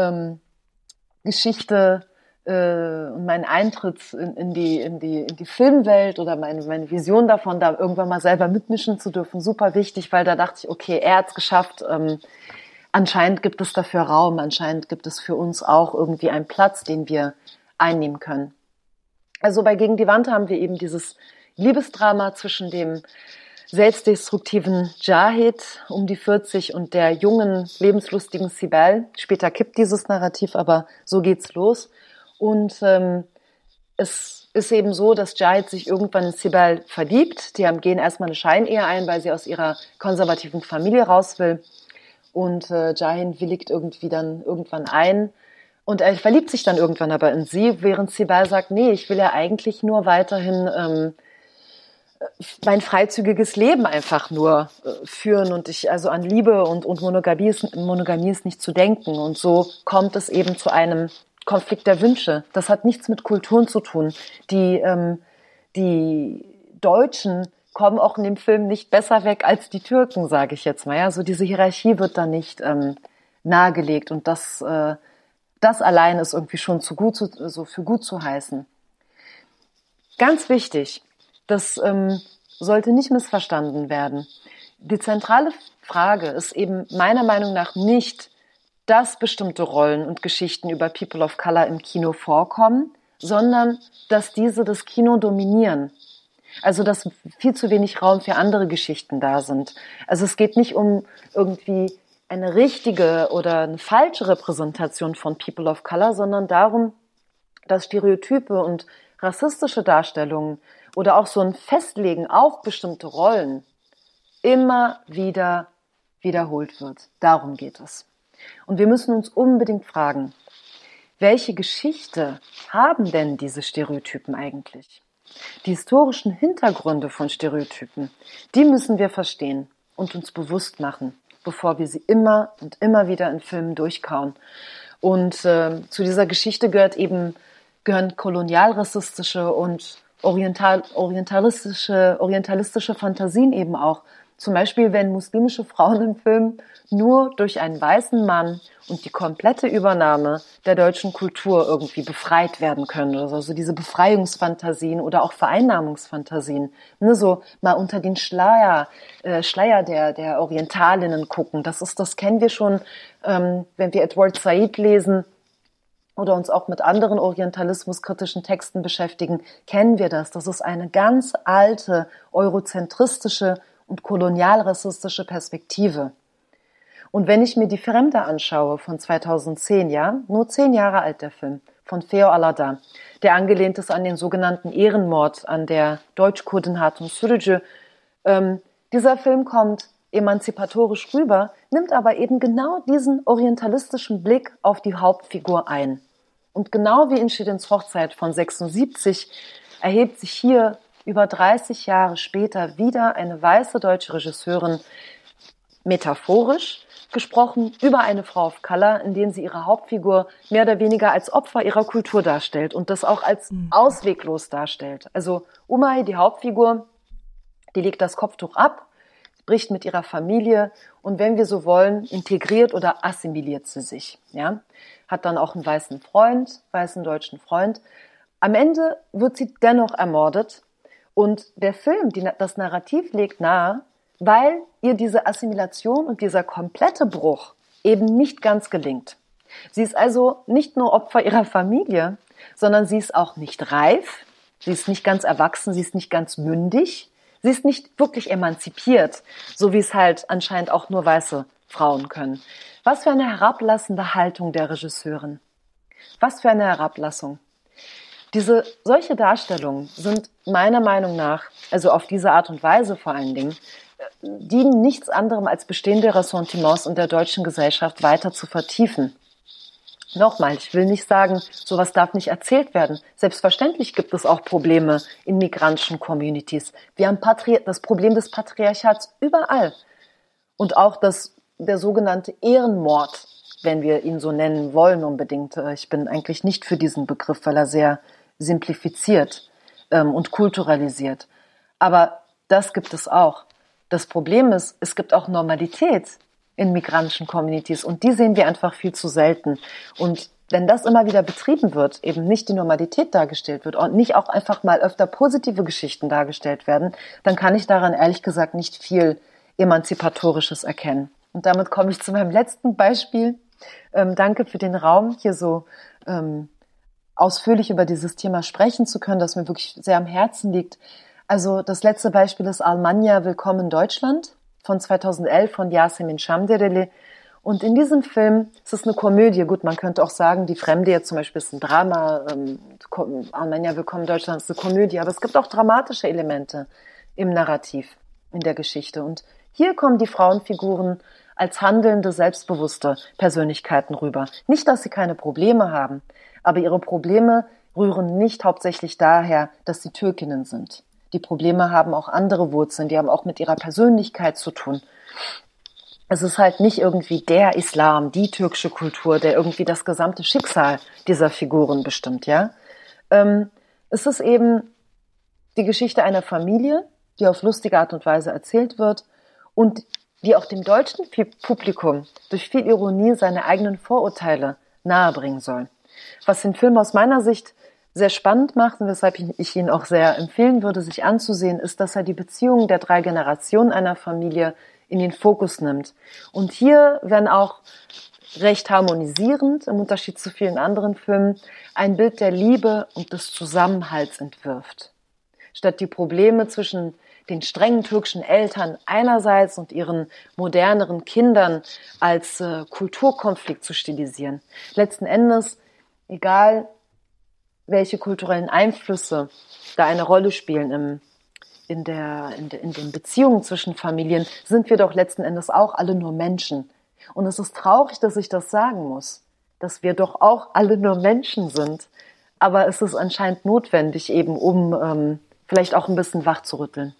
Geschichte und meinen Eintritt in die Filmwelt oder meine Vision davon, da irgendwann mal selber mitmischen zu dürfen, super wichtig, weil da dachte ich, okay, er hat's geschafft. Anscheinend gibt es dafür Raum, anscheinend gibt es für uns auch irgendwie einen Platz, den wir einnehmen können. Also bei Gegen die Wand haben wir eben dieses Liebesdrama zwischen dem selbstdestruktiven Cahit um die 40 und der jungen, lebenslustigen Sibel. Später kippt dieses Narrativ, aber so geht's los. Und es ist eben so, dass Cahit sich irgendwann in Sibel verliebt. Die gehen erstmal eine Scheinehe ein, weil sie aus ihrer konservativen Familie raus will. Und Cahit willigt irgendwie dann irgendwann ein. Und er verliebt sich dann irgendwann aber in sie, während Sibel sagt, nee, ich will ja eigentlich nur weiterhin mein freizügiges Leben einfach nur führen und ich also an Liebe und Monogamie ist nicht zu denken. Und so kommt es eben zu einem Konflikt der Wünsche. Das hat nichts mit Kulturen zu tun. Die Deutschen kommen auch in dem Film nicht besser weg als die Türken, sage ich jetzt mal. Ja, so diese Hierarchie wird da nicht nahegelegt und das allein ist irgendwie schon für gut zu heißen. Ganz wichtig, das sollte nicht missverstanden werden. Die zentrale Frage ist eben meiner Meinung nach nicht, dass bestimmte Rollen und Geschichten über People of Color im Kino vorkommen, sondern dass diese das Kino dominieren. Also dass viel zu wenig Raum für andere Geschichten da sind. Also es geht nicht um irgendwie eine richtige oder eine falsche Repräsentation von People of Color, sondern darum, dass Stereotype und rassistische Darstellungen oder auch so ein Festlegen auf bestimmte Rollen immer wieder wiederholt wird. Darum geht es. Und wir müssen uns unbedingt fragen, welche Geschichte haben denn diese Stereotypen eigentlich? Die historischen Hintergründe von Stereotypen, die müssen wir verstehen und uns bewusst machen, bevor wir sie immer und immer wieder in Filmen durchkauen. Und zu dieser Geschichte gehören kolonialrassistische und orientalistische Fantasien eben auch. Zum Beispiel, wenn muslimische Frauen im Film nur durch einen weißen Mann und die komplette Übernahme der deutschen Kultur irgendwie befreit werden können. Also diese Befreiungsfantasien oder auch Vereinnahmungsfantasien. Ne, so mal unter den Schleier der Orientalinnen gucken. Das kennen wir schon, wenn wir Edward Said lesen oder uns auch mit anderen orientalismuskritischen Texten beschäftigen, kennen wir das. Das ist eine ganz alte eurozentristische und kolonialrassistische Perspektive. Und wenn ich mir Die Fremde anschaue von 2010, ja, nur 10 Jahre alt der Film, von Feo Alada, der angelehnt ist an den sogenannten Ehrenmord an der Deutsch-Kurdin Hatun Sürücü, dieser Film kommt emanzipatorisch rüber, nimmt aber eben genau diesen orientalistischen Blick auf die Hauptfigur ein. Und genau wie in Şirin's Hochzeit von 76 erhebt sich hier über 30 Jahre später wieder eine weiße deutsche Regisseurin, metaphorisch gesprochen, über eine Frau of Color, in dem sie ihre Hauptfigur mehr oder weniger als Opfer ihrer Kultur darstellt und das auch als ausweglos darstellt. Also Umay, die Hauptfigur, die legt das Kopftuch ab, bricht mit ihrer Familie und wenn wir so wollen, integriert oder assimiliert sie sich. Ja? Hat dann auch einen weißen deutschen Freund. Am Ende wird sie dennoch ermordet und der Film, das Narrativ legt nahe, weil ihr diese Assimilation und dieser komplette Bruch eben nicht ganz gelingt. Sie ist also nicht nur Opfer ihrer Familie, sondern sie ist auch nicht reif, sie ist nicht ganz erwachsen, sie ist nicht ganz mündig, sie ist nicht wirklich emanzipiert, so wie es halt anscheinend auch nur weiße Frauen können. Was für eine herablassende Haltung der Regisseurin. Was für eine Herablassung. Solche Darstellungen sind meiner Meinung nach, also auf diese Art und Weise vor allen Dingen, dienen nichts anderem als bestehende Ressentiments in der deutschen Gesellschaft weiter zu vertiefen. Nochmal, ich will nicht sagen, sowas darf nicht erzählt werden. Selbstverständlich gibt es auch Probleme in migrantischen Communities. Wir haben das Problem des Patriarchats überall. Und auch der sogenannte Ehrenmord, wenn wir ihn so nennen wollen unbedingt. Ich bin eigentlich nicht für diesen Begriff, weil er sehr simplifiziert und kulturalisiert. Aber das gibt es auch. Das Problem ist, es gibt auch Normalität in migrantischen Communities und die sehen wir einfach viel zu selten. Und wenn das immer wieder betrieben wird, eben nicht die Normalität dargestellt wird und nicht auch einfach mal öfter positive Geschichten dargestellt werden, dann kann ich daran ehrlich gesagt nicht viel Emanzipatorisches erkennen. Und damit komme ich zu meinem letzten Beispiel. Danke für den Raum, hier so ausführlich über dieses Thema sprechen zu können, das mir wirklich sehr am Herzen liegt. Also das letzte Beispiel ist Almanya, Willkommen in Deutschland von 2011 von Yasemin Şamdereli. Und in diesem Film ist es eine Komödie. Gut, man könnte auch sagen, Die Fremde jetzt zum Beispiel ist ein Drama. Almanya, Willkommen in Deutschland ist eine Komödie. Aber es gibt auch dramatische Elemente im Narrativ, in der Geschichte. Und hier kommen die Frauenfiguren als handelnde, selbstbewusste Persönlichkeiten rüber. Nicht, dass sie keine Probleme haben, aber ihre Probleme rühren nicht hauptsächlich daher, dass sie Türkinnen sind. Die Probleme haben auch andere Wurzeln, die haben auch mit ihrer Persönlichkeit zu tun. Es ist halt nicht irgendwie der Islam, die türkische Kultur, der irgendwie das gesamte Schicksal dieser Figuren bestimmt, ja. Es ist eben die Geschichte einer Familie, die auf lustige Art und Weise erzählt wird und die auch dem deutschen Publikum durch viel Ironie seine eigenen Vorurteile nahebringen soll. Was den Film aus meiner Sicht sehr spannend macht und weshalb ich ihn auch sehr empfehlen würde, sich anzusehen, ist, dass er die Beziehungen der 3 Generationen einer Familie in den Fokus nimmt. Und hier, wenn auch recht harmonisierend, im Unterschied zu vielen anderen Filmen, ein Bild der Liebe und des Zusammenhalts entwirft. Statt die Probleme zwischen den strengen türkischen Eltern einerseits und ihren moderneren Kindern als Kulturkonflikt zu stilisieren. Letzten Endes, egal welche kulturellen Einflüsse da eine Rolle spielen in den Beziehungen zwischen Familien, sind wir doch letzten Endes auch alle nur Menschen. Und es ist traurig, dass ich das sagen muss, dass wir doch auch alle nur Menschen sind. Aber es ist anscheinend notwendig, eben um vielleicht auch ein bisschen wach zu rütteln.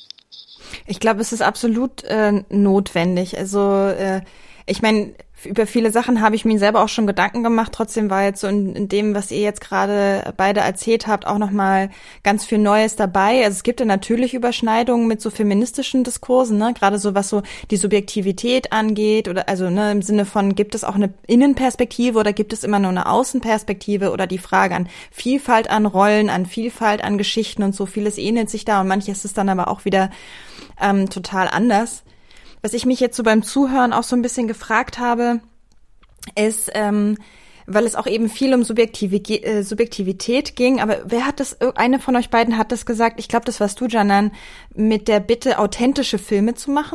Ich glaube, es ist absolut notwendig. Also ich meine, über viele Sachen habe ich mir selber auch schon Gedanken gemacht. Trotzdem war jetzt so in dem, was ihr jetzt gerade beide erzählt habt, auch nochmal ganz viel Neues dabei. Also es gibt ja natürlich Überschneidungen mit so feministischen Diskursen, ne? Gerade so, was so die Subjektivität angeht oder also ne, im Sinne von, gibt es auch eine Innenperspektive oder gibt es immer nur eine Außenperspektive oder die Frage an Vielfalt an Rollen, an Vielfalt an Geschichten und so vieles ähnelt sich da und manches ist dann aber auch wieder total anders. Was ich mich jetzt so beim Zuhören auch so ein bisschen gefragt habe, ist, weil es auch eben viel um Subjektivität ging, aber eine von euch beiden hat das gesagt, ich glaube, das warst du, Canan, mit der Bitte, authentische Filme zu machen?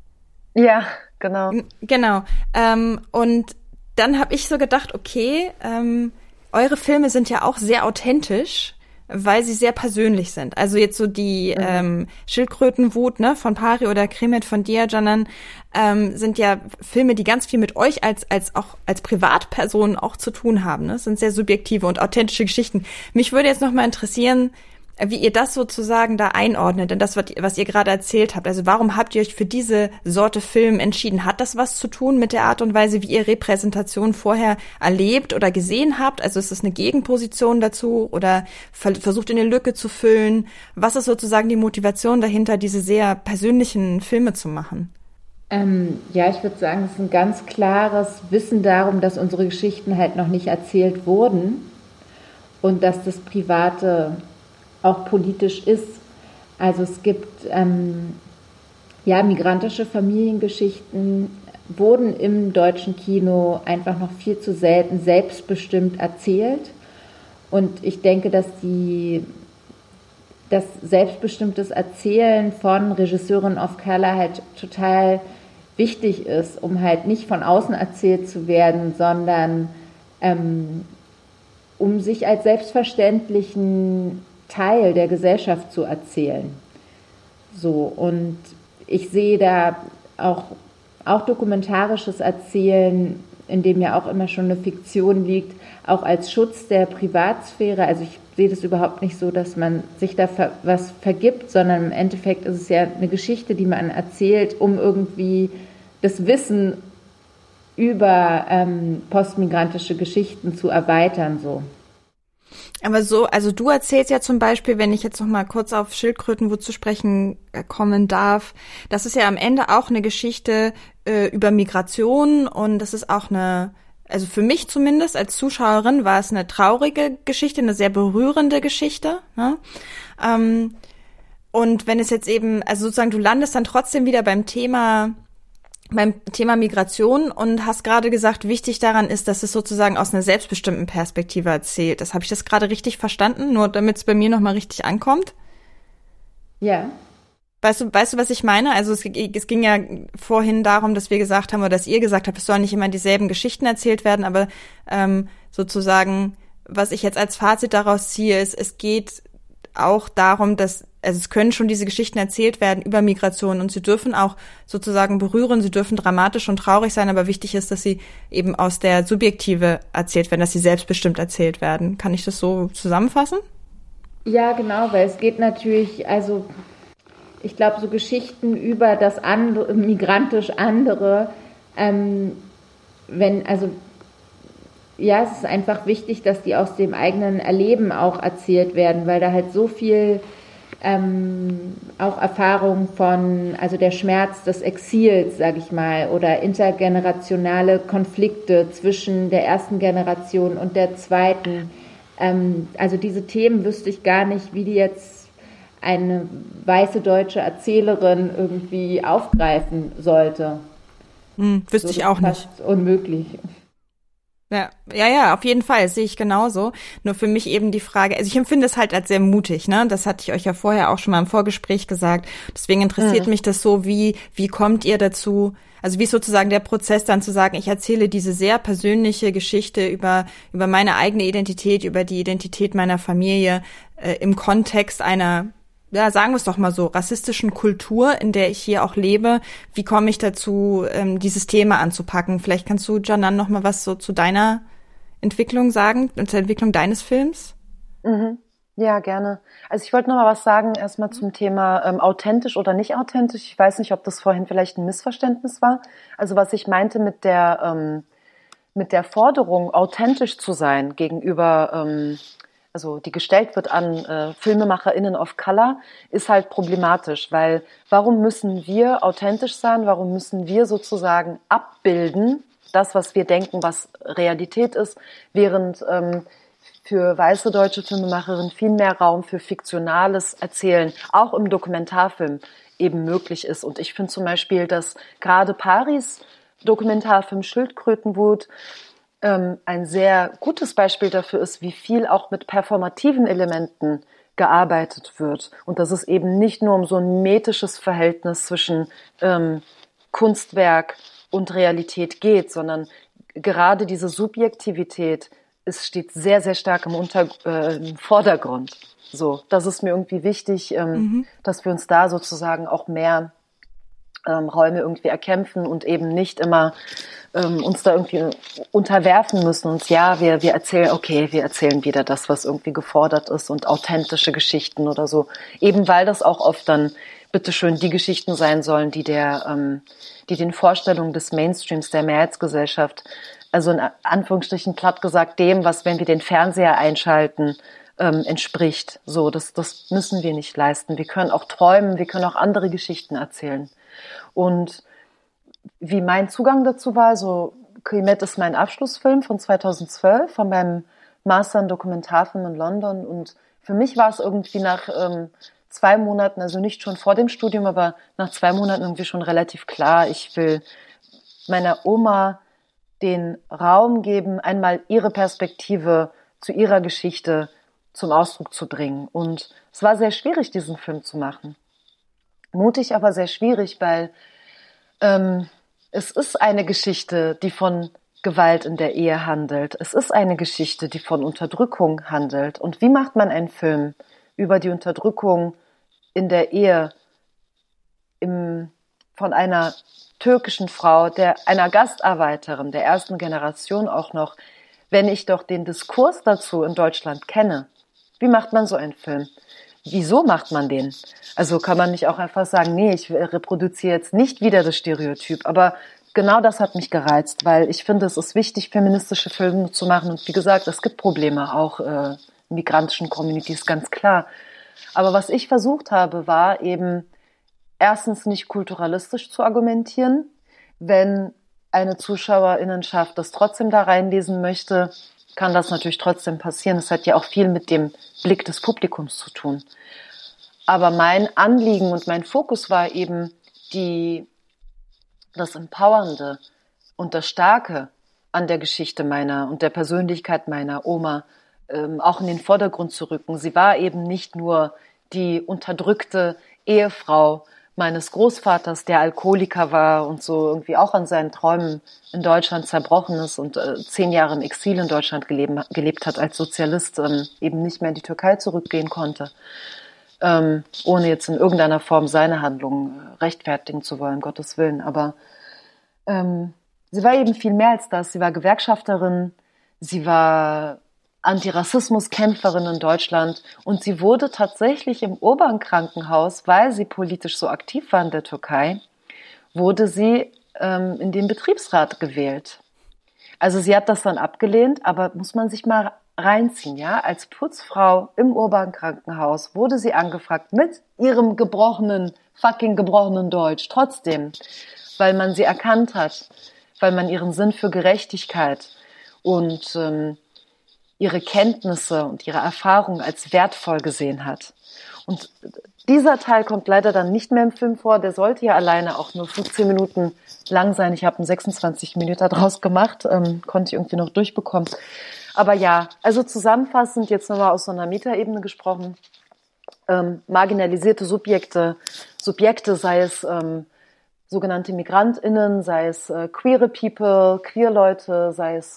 Ja, genau. Genau. Und dann habe ich so gedacht, okay, eure Filme sind ja auch sehr authentisch, weil sie sehr persönlich sind. Also jetzt so die Schildkrötenwut, ne, von Pari oder Krimet von dir, Canan, sind ja Filme, die ganz viel mit euch als Privatpersonen auch zu tun haben. Ne? Das sind sehr subjektive und authentische Geschichten. Mich würde jetzt noch mal interessieren, wie ihr das sozusagen da einordnet, denn das, was ihr gerade erzählt habt. Also warum habt ihr euch für diese Sorte Film entschieden? Hat das was zu tun mit der Art und Weise, wie ihr Repräsentation vorher erlebt oder gesehen habt? Also ist es eine Gegenposition dazu oder versucht ihr eine Lücke zu füllen? Was ist sozusagen die Motivation dahinter, diese sehr persönlichen Filme zu machen? Ja, ich würde sagen, es ist ein ganz klares Wissen darum, dass unsere Geschichten halt noch nicht erzählt wurden und dass das Private auch politisch ist. Also es gibt migrantische Familiengeschichten wurden im deutschen Kino einfach noch viel zu selten selbstbestimmt erzählt. Und ich denke, dass das selbstbestimmtes Erzählen von Regisseuren of Color halt total wichtig ist, um halt nicht von außen erzählt zu werden, sondern um sich als selbstverständlichen Teil der Gesellschaft zu erzählen. So, und ich sehe da auch dokumentarisches Erzählen, in dem ja auch immer schon eine Fiktion liegt, auch als Schutz der Privatsphäre. Also ich sehe das überhaupt nicht so, dass man sich da was vergibt, sondern im Endeffekt ist es ja eine Geschichte, die man erzählt, um irgendwie das Wissen über postmigrantische Geschichten zu erweitern, so. Aber so, also du erzählst ja zum Beispiel, wenn ich jetzt noch mal kurz auf Schildkrötenwut zu sprechen kommen darf, das ist ja am Ende auch eine Geschichte über Migration und das ist auch also für mich zumindest als Zuschauerin war es eine traurige Geschichte, eine sehr berührende Geschichte, ne? Und wenn es jetzt eben, also sozusagen du landest dann trotzdem wieder beim Thema Migration und hast gerade gesagt, wichtig daran ist, dass es sozusagen aus einer selbstbestimmten Perspektive erzählt. Habe ich das gerade richtig verstanden? Nur damit es bei mir nochmal richtig ankommt? Ja. Weißt du, was ich meine? Also es ging ja vorhin darum, dass wir gesagt haben, oder dass ihr gesagt habt, es sollen nicht immer dieselben Geschichten erzählt werden, aber sozusagen, was ich jetzt als Fazit daraus ziehe, ist, es geht auch darum, dass es können schon diese Geschichten erzählt werden über Migration und sie dürfen auch sozusagen berühren, sie dürfen dramatisch und traurig sein, aber wichtig ist, dass sie eben aus der Subjektive erzählt werden, dass sie selbstbestimmt erzählt werden. Kann ich das so zusammenfassen? Ja, genau, weil es geht natürlich, also ich glaube, so Geschichten über das andere, migrantisch andere, es ist einfach wichtig, dass die aus dem eigenen Erleben auch erzählt werden, weil da halt so viel auch Erfahrung von, also der Schmerz des Exils, sage ich mal, oder intergenerationale Konflikte zwischen der ersten Generation und der zweiten. Also diese Themen wüsste ich gar nicht, wie die jetzt eine weiße deutsche Erzählerin irgendwie aufgreifen sollte. Wüsste ich auch nicht. Fast unmöglich. Ja, auf jeden Fall, das sehe ich genauso. Nur für mich eben die Frage, also ich empfinde es halt als sehr mutig, ne? Das hatte ich euch ja vorher auch schon mal im Vorgespräch gesagt. Deswegen interessiert mich das so, wie kommt ihr dazu? Also wie ist sozusagen der Prozess dann zu sagen, ich erzähle diese sehr persönliche Geschichte über meine eigene Identität, über die Identität meiner Familie im Kontext einer, ja, sagen wir es doch mal so, rassistischen Kultur, in der ich hier auch lebe. Wie komme ich dazu, dieses Thema anzupacken? Vielleicht kannst du, Canan, noch mal was so zu deiner Entwicklung sagen und zur Entwicklung deines Films? Mhm. Ja, gerne. Also ich wollte noch mal was sagen, erstmal zum Thema authentisch oder nicht authentisch. Ich weiß nicht, ob das vorhin vielleicht ein Missverständnis war. Also was ich meinte mit der Forderung, authentisch zu sein gegenüber also die gestellt wird an FilmemacherInnen of Color, ist halt problematisch, weil warum müssen wir authentisch sein, warum müssen wir sozusagen abbilden, das, was wir denken, was Realität ist, während für weiße deutsche Filmemacherinnen viel mehr Raum für fiktionales Erzählen, auch im Dokumentarfilm, eben möglich ist. Und ich finde zum Beispiel, dass gerade Paris Dokumentarfilm Schildkrötenwut ein sehr gutes Beispiel dafür ist, wie viel auch mit performativen Elementen gearbeitet wird. Und dass es eben nicht nur um so ein metisches Verhältnis zwischen Kunstwerk und Realität geht, sondern gerade diese Subjektivität steht sehr, sehr stark im Vordergrund. So, das ist mir irgendwie wichtig, dass wir uns da sozusagen auch mehr Räume irgendwie erkämpfen und eben nicht immer uns da irgendwie unterwerfen müssen. Und ja, wir erzählen wieder das, was irgendwie gefordert ist und authentische Geschichten oder so. Eben weil das auch oft dann bitteschön die Geschichten sein sollen, die den Vorstellungen des Mainstreams, der Mehrheitsgesellschaft, also in Anführungsstrichen platt gesagt dem, was, wenn wir den Fernseher einschalten, entspricht. So, das müssen wir nicht leisten. Wir können auch träumen, wir können auch andere Geschichten erzählen. Und wie mein Zugang dazu war, so Quimet ist mein Abschlussfilm von 2012, von meinem Master in Dokumentarfilm in London. Und für mich war es irgendwie nach 2 Monaten, also nicht schon vor dem Studium, aber nach 2 Monaten irgendwie schon relativ klar, ich will meiner Oma den Raum geben, einmal ihre Perspektive zu ihrer Geschichte zum Ausdruck zu bringen. Und es war sehr schwierig, diesen Film zu machen. Mutig, aber sehr schwierig, weil es ist eine Geschichte, die von Gewalt in der Ehe handelt. Es ist eine Geschichte, die von Unterdrückung handelt. Und wie macht man einen Film über die Unterdrückung in der Ehe von einer türkischen Frau, einer Gastarbeiterin der ersten Generation auch noch, wenn ich doch den Diskurs dazu in Deutschland kenne? Wie macht man so einen Film? Wieso macht man den? Also kann man nicht auch einfach sagen, nee, ich reproduziere jetzt nicht wieder das Stereotyp. Aber genau das hat mich gereizt, weil ich finde, es ist wichtig, feministische Filme zu machen. Und wie gesagt, es gibt Probleme, auch in migrantischen Communities, ganz klar. Aber was ich versucht habe, war eben erstens nicht kulturalistisch zu argumentieren. Wenn eine Zuschauerinnenschaft das trotzdem da reinlesen möchte, kann das natürlich trotzdem passieren. Es hat ja auch viel mit dem Blick des Publikums zu tun. Aber mein Anliegen und mein Fokus war eben das Empowernde und das Starke an der Geschichte meiner und der Persönlichkeit meiner Oma auch in den Vordergrund zu rücken. Sie war eben nicht nur die unterdrückte Ehefrau meines Großvaters, der Alkoholiker war und so irgendwie auch an seinen Träumen in Deutschland zerbrochen ist und 10 Jahre im Exil in Deutschland gelebt hat als Sozialist, eben nicht mehr in die Türkei zurückgehen konnte, ohne jetzt in irgendeiner Form seine Handlungen rechtfertigen zu wollen, Gottes Willen. Aber sie war eben viel mehr als das. Sie war Gewerkschafterin, sie war Antirassismuskämpferin in Deutschland und sie wurde tatsächlich im Urban-Krankenhaus, weil sie politisch so aktiv war in der Türkei, wurde sie in den Betriebsrat gewählt. Also sie hat das dann abgelehnt, aber muss man sich mal reinziehen, ja? Als Putzfrau im Urban-Krankenhaus wurde sie angefragt mit ihrem gebrochenen Deutsch, trotzdem, weil man sie erkannt hat, weil man ihren Sinn für Gerechtigkeit und ihre Kenntnisse und ihre Erfahrung als wertvoll gesehen hat. Und dieser Teil kommt leider dann nicht mehr im Film vor. Der sollte ja alleine auch nur 15 Minuten lang sein. Ich habe einen 26 Minuten draus gemacht, konnte ich irgendwie noch durchbekommen. Aber ja, also zusammenfassend, jetzt nochmal aus so einer Metaebene gesprochen, marginalisierte Subjekte, sei es sogenannte MigrantInnen, sei es queere People, queer Leute, sei es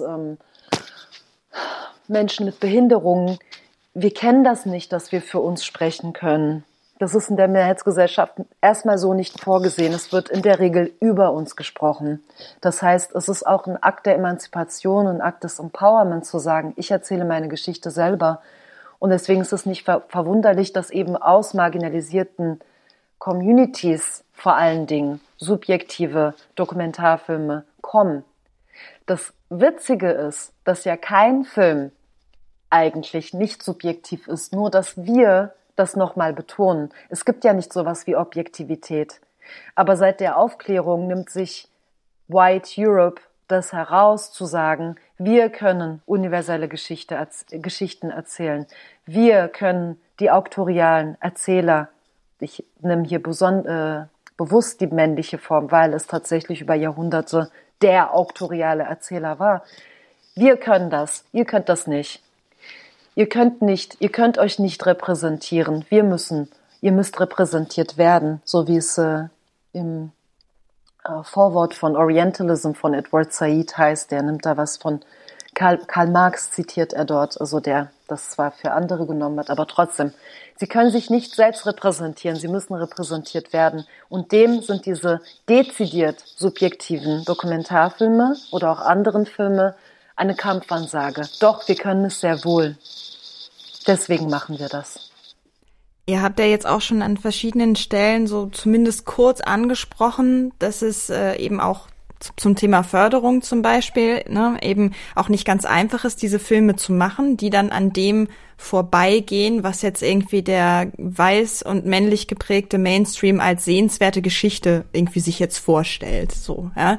Menschen mit Behinderungen, wir kennen das nicht, dass wir für uns sprechen können. Das ist in der Mehrheitsgesellschaft erstmal so nicht vorgesehen. Es wird in der Regel über uns gesprochen. Das heißt, es ist auch ein Akt der Emanzipation, ein Akt des Empowerment zu sagen, ich erzähle meine Geschichte selber. Und deswegen ist es nicht verwunderlich, dass eben aus marginalisierten Communities vor allen Dingen subjektive Dokumentarfilme kommen. Das Witzige ist, dass ja kein Film eigentlich nicht subjektiv ist, nur dass wir das nochmal betonen. Es gibt ja nicht sowas wie Objektivität. Aber seit der Aufklärung nimmt sich White Europe das heraus, zu sagen, wir können universelle Geschichten erzählen. Wir können die auktorialen Erzähler, ich nehme hier bewusst die männliche Form, weil es tatsächlich über Jahrhunderte der auktoriale Erzähler war. Wir können das, ihr könnt das nicht. Ihr könnt euch nicht repräsentieren. Ihr müsst repräsentiert werden, so wie es im Vorwort von Orientalism von Edward Said heißt. Der nimmt da was von Karl Marx zitiert er dort, also der das zwar für andere genommen hat, aber trotzdem. Sie können sich nicht selbst repräsentieren, sie müssen repräsentiert werden. Und dem sind diese dezidiert subjektiven Dokumentarfilme oder auch anderen Filme eine Kampfansage. Doch, wir können es sehr wohl. Deswegen machen wir das. Ihr habt ja jetzt auch schon an verschiedenen Stellen so zumindest kurz angesprochen, dass es eben auch zum Thema Förderung zum Beispiel, ne, eben auch nicht ganz einfach ist, diese Filme zu machen, die dann an dem vorbeigehen, was jetzt irgendwie der weiß und männlich geprägte Mainstream als sehenswerte Geschichte irgendwie sich jetzt vorstellt, so, ja.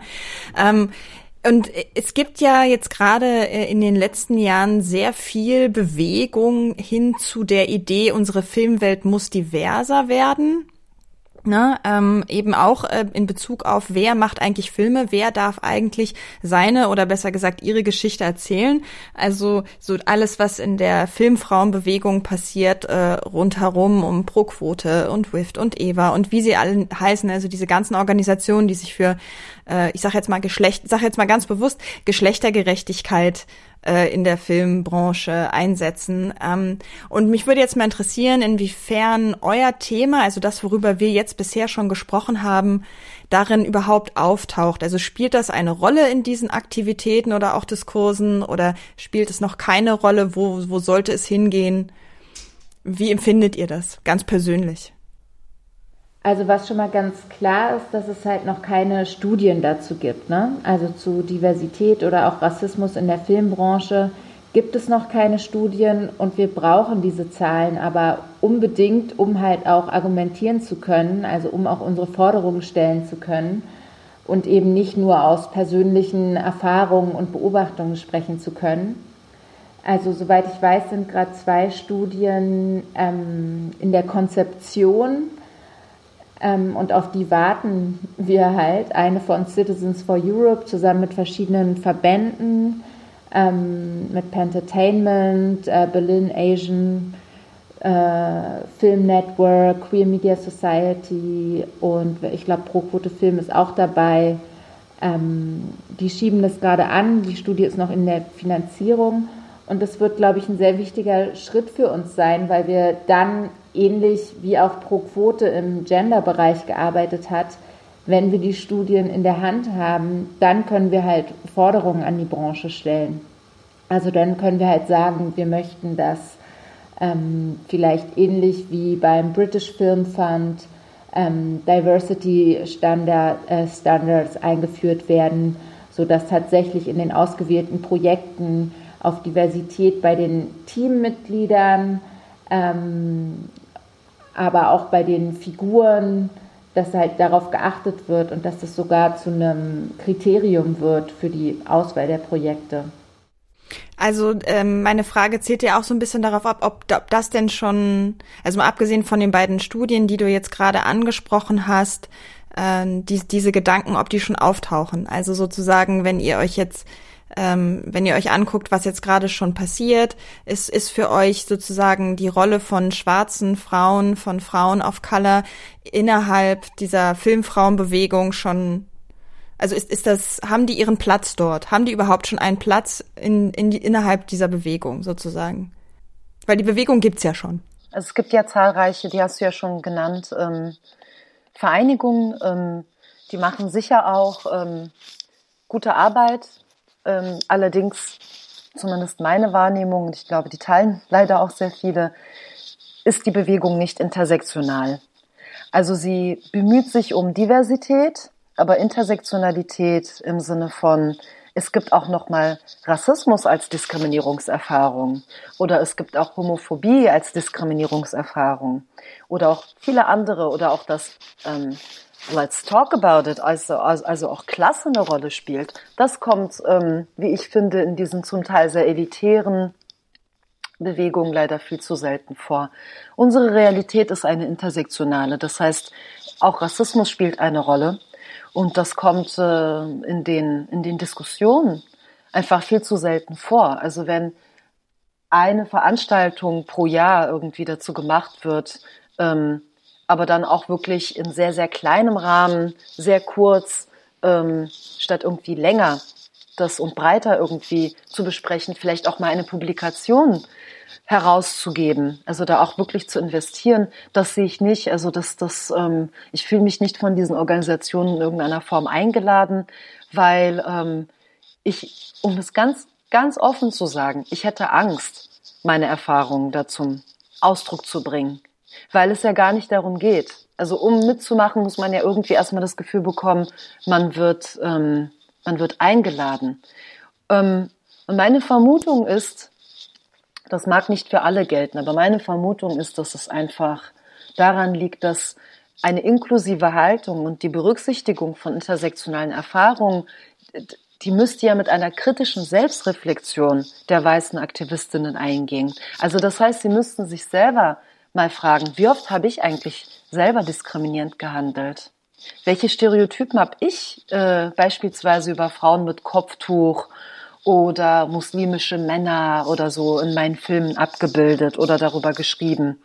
Und es gibt ja jetzt gerade in den letzten Jahren sehr viel Bewegung hin zu der Idee, unsere Filmwelt muss diverser werden. Ne, eben auch in Bezug auf, wer macht eigentlich Filme, wer darf eigentlich seine oder besser gesagt ihre Geschichte erzählen. Also so alles, was in der Filmfrauenbewegung passiert, rundherum um Pro-Quote und WIFT und EVA und wie sie alle heißen, also diese ganzen Organisationen, die sich für, ich sag jetzt mal ganz bewusst, Geschlechtergerechtigkeit in der Filmbranche einsetzen. Und mich würde jetzt mal interessieren, inwiefern euer Thema, also das, worüber wir jetzt bisher schon gesprochen haben, darin überhaupt auftaucht. Also spielt das eine Rolle in diesen Aktivitäten oder auch Diskursen oder spielt es noch keine Rolle? Wo sollte es hingehen? Wie empfindet ihr das ganz persönlich? Also was schon mal ganz klar ist, dass es halt noch keine Studien dazu gibt, ne? Also zu Diversität oder auch Rassismus in der Filmbranche gibt es noch keine Studien und wir brauchen diese Zahlen aber unbedingt, um halt auch argumentieren zu können, also um auch unsere Forderungen stellen zu können und eben nicht nur aus persönlichen Erfahrungen und Beobachtungen sprechen zu können. Also soweit ich weiß, sind gerade 2 Studien in der Konzeption, und auf die warten wir halt. Eine von Citizens for Europe zusammen mit verschiedenen Verbänden, mit Pentertainment, Berlin Asian Film Network, Queer Media Society und ich glaube Pro-Quote Film ist auch dabei. Die schieben das gerade an, die Studie ist noch in der Finanzierung und das wird, glaube ich, ein sehr wichtiger Schritt für uns sein, weil wir dann ähnlich wie auch Pro-Quote im Gender-Bereich gearbeitet hat, wenn wir die Studien in der Hand haben, dann können wir halt Forderungen an die Branche stellen. Also dann können wir halt sagen, wir möchten, dass vielleicht ähnlich wie beim British Film Fund Diversity Standards eingeführt werden, sodass tatsächlich in den ausgewählten Projekten auf Diversität bei den Teammitgliedern, aber auch bei den Figuren, dass halt darauf geachtet wird und dass das sogar zu einem Kriterium wird für die Auswahl der Projekte. Also meine Frage zielt ja auch so ein bisschen darauf ab, ob das denn schon, also mal abgesehen von den beiden Studien, die du jetzt gerade angesprochen hast, diese Gedanken, ob die schon auftauchen. Also sozusagen, wenn ihr euch anguckt, was jetzt gerade schon passiert, ist für euch sozusagen die Rolle von schwarzen Frauen, von Frauen of Color innerhalb dieser Filmfrauenbewegung schon, also haben die ihren Platz dort? Haben die überhaupt schon einen Platz innerhalb dieser Bewegung sozusagen? Weil die Bewegung gibt's ja schon. Also es gibt ja zahlreiche, die hast du ja schon genannt, Vereinigungen, die machen sicher auch gute Arbeit. Allerdings, zumindest meine Wahrnehmung, und ich glaube, die teilen leider auch sehr viele, ist die Bewegung nicht intersektional. Also sie bemüht sich um Diversität, aber Intersektionalität im Sinne von, es gibt auch nochmal Rassismus als Diskriminierungserfahrung oder es gibt auch Homophobie als Diskriminierungserfahrung oder auch viele andere oder auch das Let's talk about it, also auch Klasse eine Rolle spielt. Das kommt, wie ich finde, in diesen zum Teil sehr elitären Bewegungen leider viel zu selten vor. Unsere Realität ist eine intersektionale, das heißt, auch Rassismus spielt eine Rolle und das kommt in den Diskussionen einfach viel zu selten vor. Also wenn eine Veranstaltung pro Jahr irgendwie dazu gemacht wird, aber dann auch wirklich in sehr, sehr kleinem Rahmen, sehr kurz, statt irgendwie länger das und breiter irgendwie zu besprechen, vielleicht auch mal eine Publikation herauszugeben, also da auch wirklich zu investieren, das sehe ich nicht. Also ich fühle mich nicht von diesen Organisationen in irgendeiner Form eingeladen, weil um es ganz, ganz offen zu sagen, ich hätte Angst, meine Erfahrungen da zum Ausdruck zu bringen, weil es ja gar nicht darum geht. Also um mitzumachen, muss man ja irgendwie erstmal das Gefühl bekommen, man wird eingeladen. Und meine Vermutung ist, das mag nicht für alle gelten, aber meine Vermutung ist, dass es einfach daran liegt, dass eine inklusive Haltung und die Berücksichtigung von intersektionalen Erfahrungen, die müsste ja mit einer kritischen Selbstreflexion der weißen Aktivistinnen eingehen. Also das heißt, sie müssten sich selber mal fragen, wie oft habe ich eigentlich selber diskriminierend gehandelt? Welche Stereotypen habe ich beispielsweise über Frauen mit Kopftuch oder muslimische Männer oder so in meinen Filmen abgebildet oder darüber geschrieben?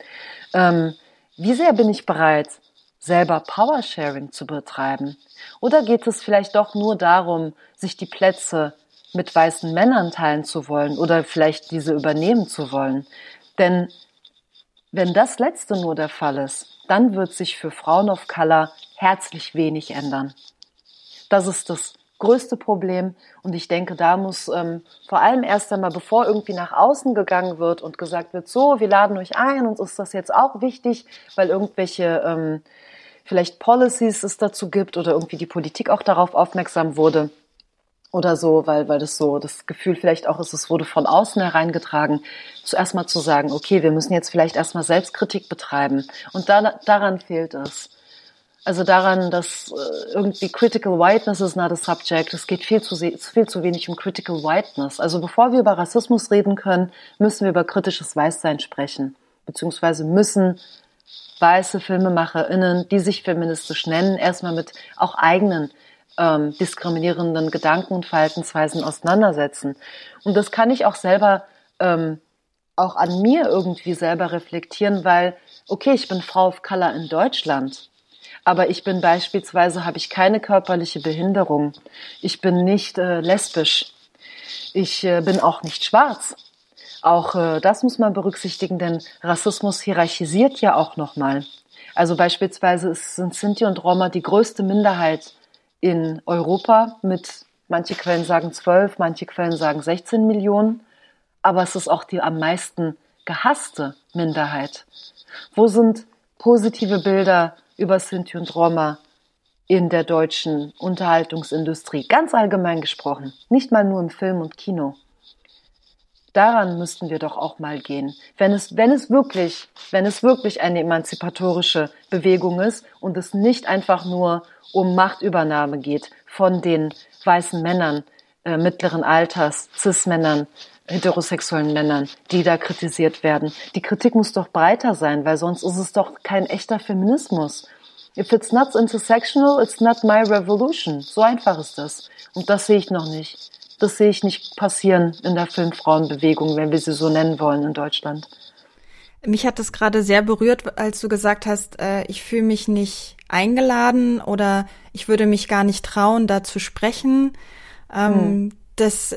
Wie sehr bin ich bereit, selber Powersharing zu betreiben? Oder geht es vielleicht doch nur darum, sich die Plätze mit weißen Männern teilen zu wollen oder vielleicht diese übernehmen zu wollen? Denn wenn das Letzte nur der Fall ist, dann wird sich für Frauen of Color herzlich wenig ändern. Das ist das größte Problem und ich denke, da muss vor allem erst einmal, bevor irgendwie nach außen gegangen wird und gesagt wird, so, wir laden euch ein, uns ist das jetzt auch wichtig, weil irgendwelche vielleicht Policies es dazu gibt oder irgendwie die Politik auch darauf aufmerksam wurde oder so, weil das so das Gefühl vielleicht auch ist, es wurde von außen hereingetragen, zuerst mal zu sagen, okay, wir müssen jetzt vielleicht erstmal Selbstkritik betreiben und daran fehlt es. Also daran, dass irgendwie Critical Whiteness is not a subject. Es geht viel zu wenig um Critical Whiteness. Also bevor wir über Rassismus reden können, müssen wir über kritisches Weißsein sprechen. Beziehungsweise müssen weiße FilmemacherInnen, die sich feministisch nennen, erstmal mit auch eigenen diskriminierenden Gedanken und Verhaltensweisen auseinandersetzen. Und das kann ich auch selber auch an mir irgendwie selber reflektieren, weil, okay, ich bin Frau of Color in Deutschland. Aber ich bin beispielsweise, habe ich keine körperliche Behinderung. Ich bin nicht lesbisch. Ich bin auch nicht schwarz. Auch das muss man berücksichtigen, denn Rassismus hierarchisiert ja auch nochmal. Also beispielsweise sind Sinti und Roma die größte Minderheit in Europa mit, manche Quellen sagen 12, manche Quellen sagen 16 Millionen. Aber es ist auch die am meisten gehasste Minderheit. Wo sind positive Bilder über Sinti und Roma in der deutschen Unterhaltungsindustrie, ganz allgemein gesprochen, nicht mal nur im Film und Kino. Daran müssten wir doch auch mal gehen, wenn es wirklich eine emanzipatorische Bewegung ist und es nicht einfach nur um Machtübernahme geht von den weißen Männern mittleren Alters, Cis-Männern, heterosexuellen Männern, die da kritisiert werden. Die Kritik muss doch breiter sein, weil sonst ist es doch kein echter Feminismus. If it's not intersectional, it's not my revolution. So einfach ist das. Und das sehe ich noch nicht. Das sehe ich nicht passieren in der Filmfrauenbewegung, wenn wir sie so nennen wollen in Deutschland. Mich hat das gerade sehr berührt, als du gesagt hast, ich fühle mich nicht eingeladen oder ich würde mich gar nicht trauen, da zu sprechen. Das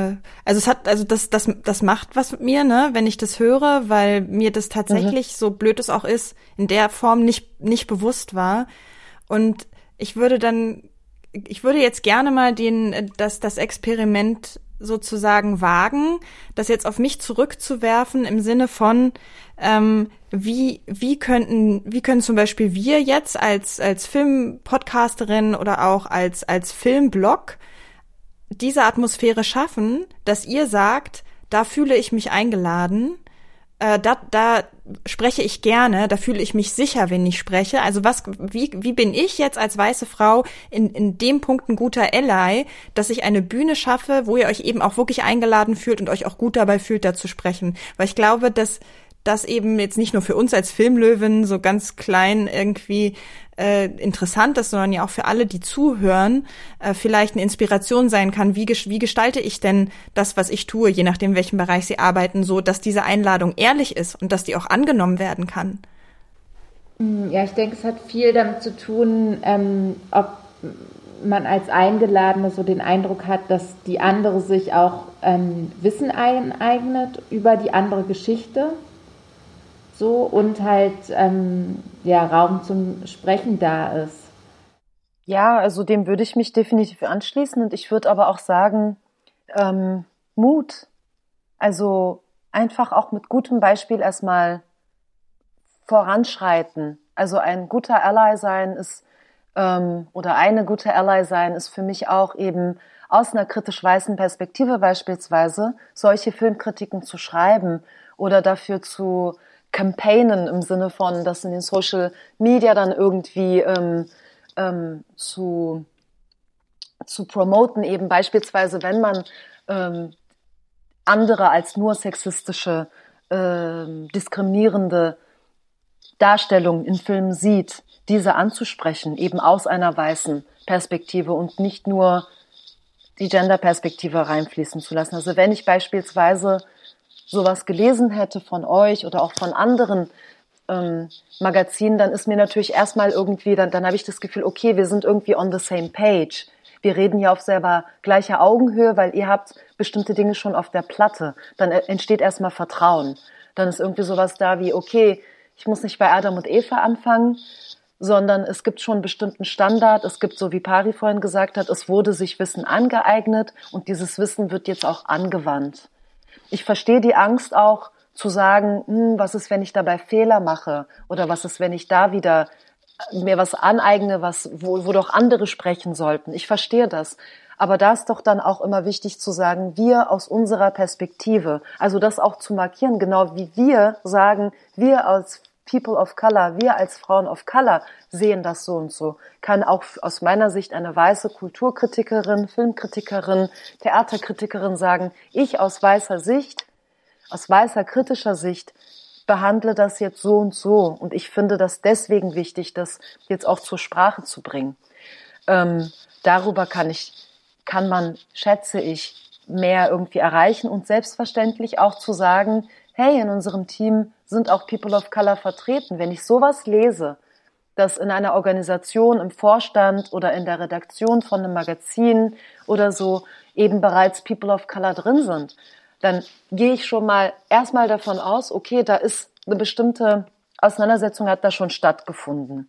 macht was mit mir, ne, wenn ich das höre, weil mir das tatsächlich, so blöd es auch ist, in der Form nicht bewusst war. Und ich würde jetzt gerne mal das Experiment sozusagen wagen, das jetzt auf mich zurückzuwerfen im Sinne von, wie können zum Beispiel wir jetzt als Filmpodcasterin oder auch als Filmblog diese Atmosphäre schaffen, dass ihr sagt, da fühle ich mich eingeladen, da spreche ich gerne, da fühle ich mich sicher, wenn ich spreche. Also wie bin ich jetzt als weiße Frau in dem Punkt ein guter Ally, dass ich eine Bühne schaffe, wo ihr euch eben auch wirklich eingeladen fühlt und euch auch gut dabei fühlt, da zu sprechen. Weil ich glaube, dass das eben jetzt nicht nur für uns als Filmlöwen so ganz klein irgendwie interessant ist, sondern ja auch für alle, die zuhören, vielleicht eine Inspiration sein kann. Wie gestalte ich denn das, was ich tue, je nachdem, in welchem Bereich sie arbeiten, so, dass diese Einladung ehrlich ist und dass die auch angenommen werden kann? Ja, ich denke, es hat viel damit zu tun, ob man als Eingeladene so den Eindruck hat, dass die andere sich auch Wissen aneignet über die andere Geschichte. So, und halt Raum zum Sprechen da ist. Ja, also dem würde ich mich definitiv anschließen und ich würde aber auch sagen, Mut. Also einfach auch mit gutem Beispiel erstmal voranschreiten. Also ein guter Ally sein ist, oder eine gute Ally sein ist für mich auch eben aus einer kritisch-weißen Perspektive beispielsweise solche Filmkritiken zu schreiben oder dafür zu campaignen im Sinne von, das in den Social Media dann irgendwie zu promoten, eben beispielsweise, wenn man andere als nur sexistische, diskriminierende Darstellungen in Filmen sieht, diese anzusprechen, eben aus einer weißen Perspektive und nicht nur die Gender-Perspektive reinfließen zu lassen. Also wenn ich beispielsweise sowas gelesen hätte von euch oder auch von anderen Magazinen, dann ist mir natürlich erstmal irgendwie, dann habe ich das Gefühl, okay, wir sind irgendwie on the same page. Wir reden hier auf selber gleicher Augenhöhe, weil ihr habt bestimmte Dinge schon auf der Platte. Dann entsteht erstmal Vertrauen. Dann ist irgendwie sowas da wie, okay, ich muss nicht bei Adam und Eva anfangen, sondern es gibt schon einen bestimmten Standard. Es gibt, so wie Pari vorhin gesagt hat, es wurde sich Wissen angeeignet und dieses Wissen wird jetzt auch angewandt. Ich verstehe die Angst auch zu sagen, was ist, wenn ich dabei Fehler mache? Oder was ist, wenn ich da wieder mir was aneigne, wo doch andere sprechen sollten? Ich verstehe das. Aber da ist doch dann auch immer wichtig zu sagen, wir aus unserer Perspektive, also das auch zu markieren, genau wie wir sagen, wir als People of Color, wir als Frauen of Color sehen das so und so, kann auch aus meiner Sicht eine weiße Kulturkritikerin, Filmkritikerin, Theaterkritikerin sagen, ich aus weißer Sicht, aus weißer kritischer Sicht behandle das jetzt so und so. Und ich finde das deswegen wichtig, das jetzt auch zur Sprache zu bringen. Darüber kann man, schätze ich, mehr irgendwie erreichen und selbstverständlich auch zu sagen, hey, in unserem Team sind auch People of Color vertreten. Wenn ich sowas lese, dass in einer Organisation, im Vorstand oder in der Redaktion von einem Magazin oder so eben bereits People of Color drin sind, dann gehe ich schon mal erstmal davon aus, okay, da ist eine bestimmte Auseinandersetzung, hat da schon stattgefunden.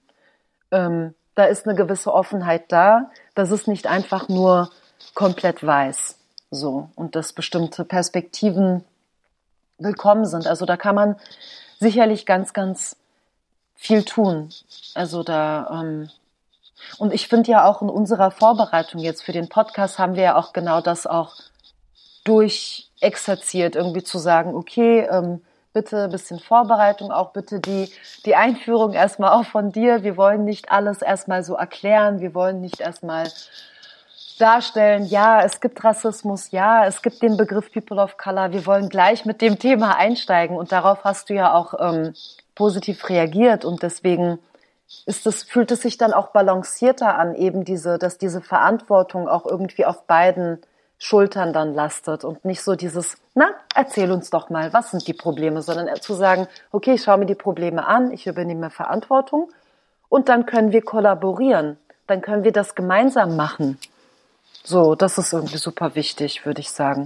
Da ist eine gewisse Offenheit da. Das ist nicht einfach nur komplett weiß. So. Und dass bestimmte Perspektiven willkommen sind. Also da kann man sicherlich ganz, ganz viel tun. Also da, und ich finde ja auch in unserer Vorbereitung jetzt für den Podcast haben wir ja auch genau das auch durchexerziert, irgendwie zu sagen, okay, bitte ein bisschen Vorbereitung, auch bitte die Einführung erstmal auch von dir. Wir wollen nicht alles erstmal so erklären, wir wollen nicht erstmal darstellen, ja, es gibt Rassismus, ja, es gibt den Begriff People of Color, wir wollen gleich mit dem Thema einsteigen und darauf hast du ja auch positiv reagiert und deswegen fühlt es sich dann auch balancierter an, eben dass diese Verantwortung auch irgendwie auf beiden Schultern dann lastet und nicht so dieses, erzähl uns doch mal, was sind die Probleme, sondern zu sagen, okay, ich schaue mir die Probleme an, ich übernehme Verantwortung und dann können wir kollaborieren, dann können wir das gemeinsam machen. So, das ist irgendwie super wichtig, würde ich sagen.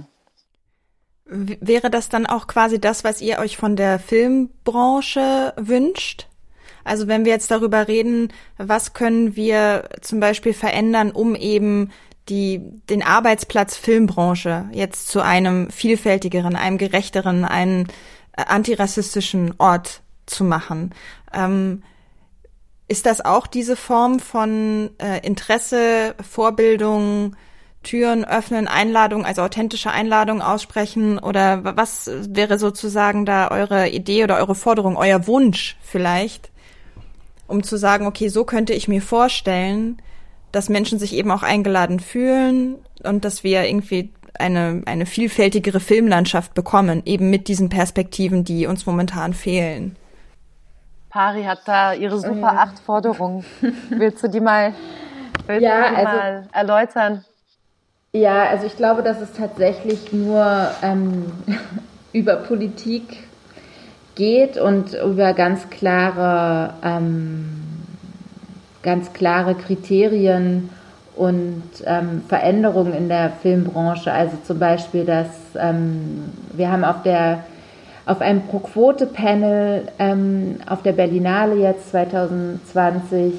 Wäre das dann auch quasi das, was ihr euch von der Filmbranche wünscht? Also wenn wir jetzt darüber reden, was können wir zum Beispiel verändern, um eben den Arbeitsplatz Filmbranche jetzt zu einem vielfältigeren, einem gerechteren, einem antirassistischen Ort zu machen. Ist das auch diese Form von Interesse, Vorbildung, Türen öffnen, Einladung, also authentische Einladung aussprechen? Oder was wäre sozusagen da eure Idee oder eure Forderung, euer Wunsch vielleicht, um zu sagen, okay, so könnte ich mir vorstellen, dass Menschen sich eben auch eingeladen fühlen und dass wir irgendwie eine vielfältigere Filmlandschaft bekommen, eben mit diesen Perspektiven, die uns momentan fehlen. Pari hat da ihre super 8 Forderungen. Willst du die mal erläutern? Ja, also ich glaube, dass es tatsächlich nur über Politik geht und über ganz klare Kriterien und Veränderungen in der Filmbranche. Also zum Beispiel, dass wir haben auf einem Pro-Quote-Panel auf der Berlinale jetzt 2020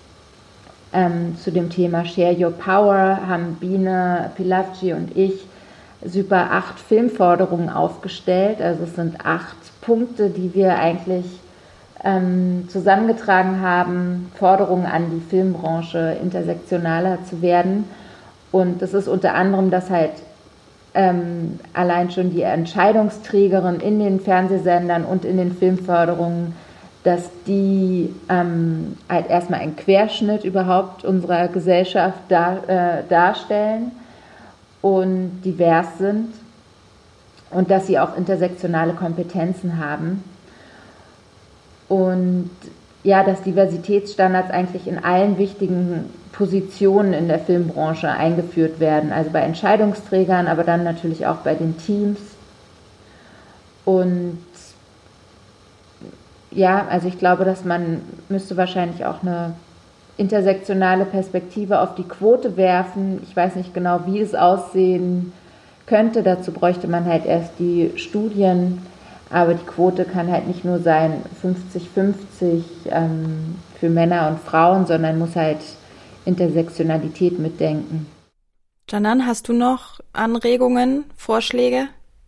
zu dem Thema Share Your Power haben Biene Pilavci und ich super 8 Filmforderungen aufgestellt. Also es sind 8 Punkte, die wir eigentlich zusammengetragen haben, Forderungen an die Filmbranche, intersektionaler zu werden. Und das ist unter anderem, dass halt allein schon die Entscheidungsträgerin in den Fernsehsendern und in den Filmförderungen, dass die halt erstmal einen Querschnitt überhaupt unserer Gesellschaft darstellen und divers sind und dass sie auch intersektionale Kompetenzen haben. Und ja, dass Diversitätsstandards eigentlich in allen wichtigen Positionen in der Filmbranche eingeführt werden, also bei Entscheidungsträgern, aber dann natürlich auch bei den Teams. Und ja, also ich glaube, dass man müsste wahrscheinlich auch eine intersektionale Perspektive auf die Quote werfen. Ich weiß nicht genau, wie es aussehen könnte. Dazu bräuchte man halt erst die Studien. Aber die Quote kann halt nicht nur sein 50-50 für Männer und Frauen, sondern muss halt Intersektionalität mitdenken. Canan, hast du noch Anregungen, Vorschläge?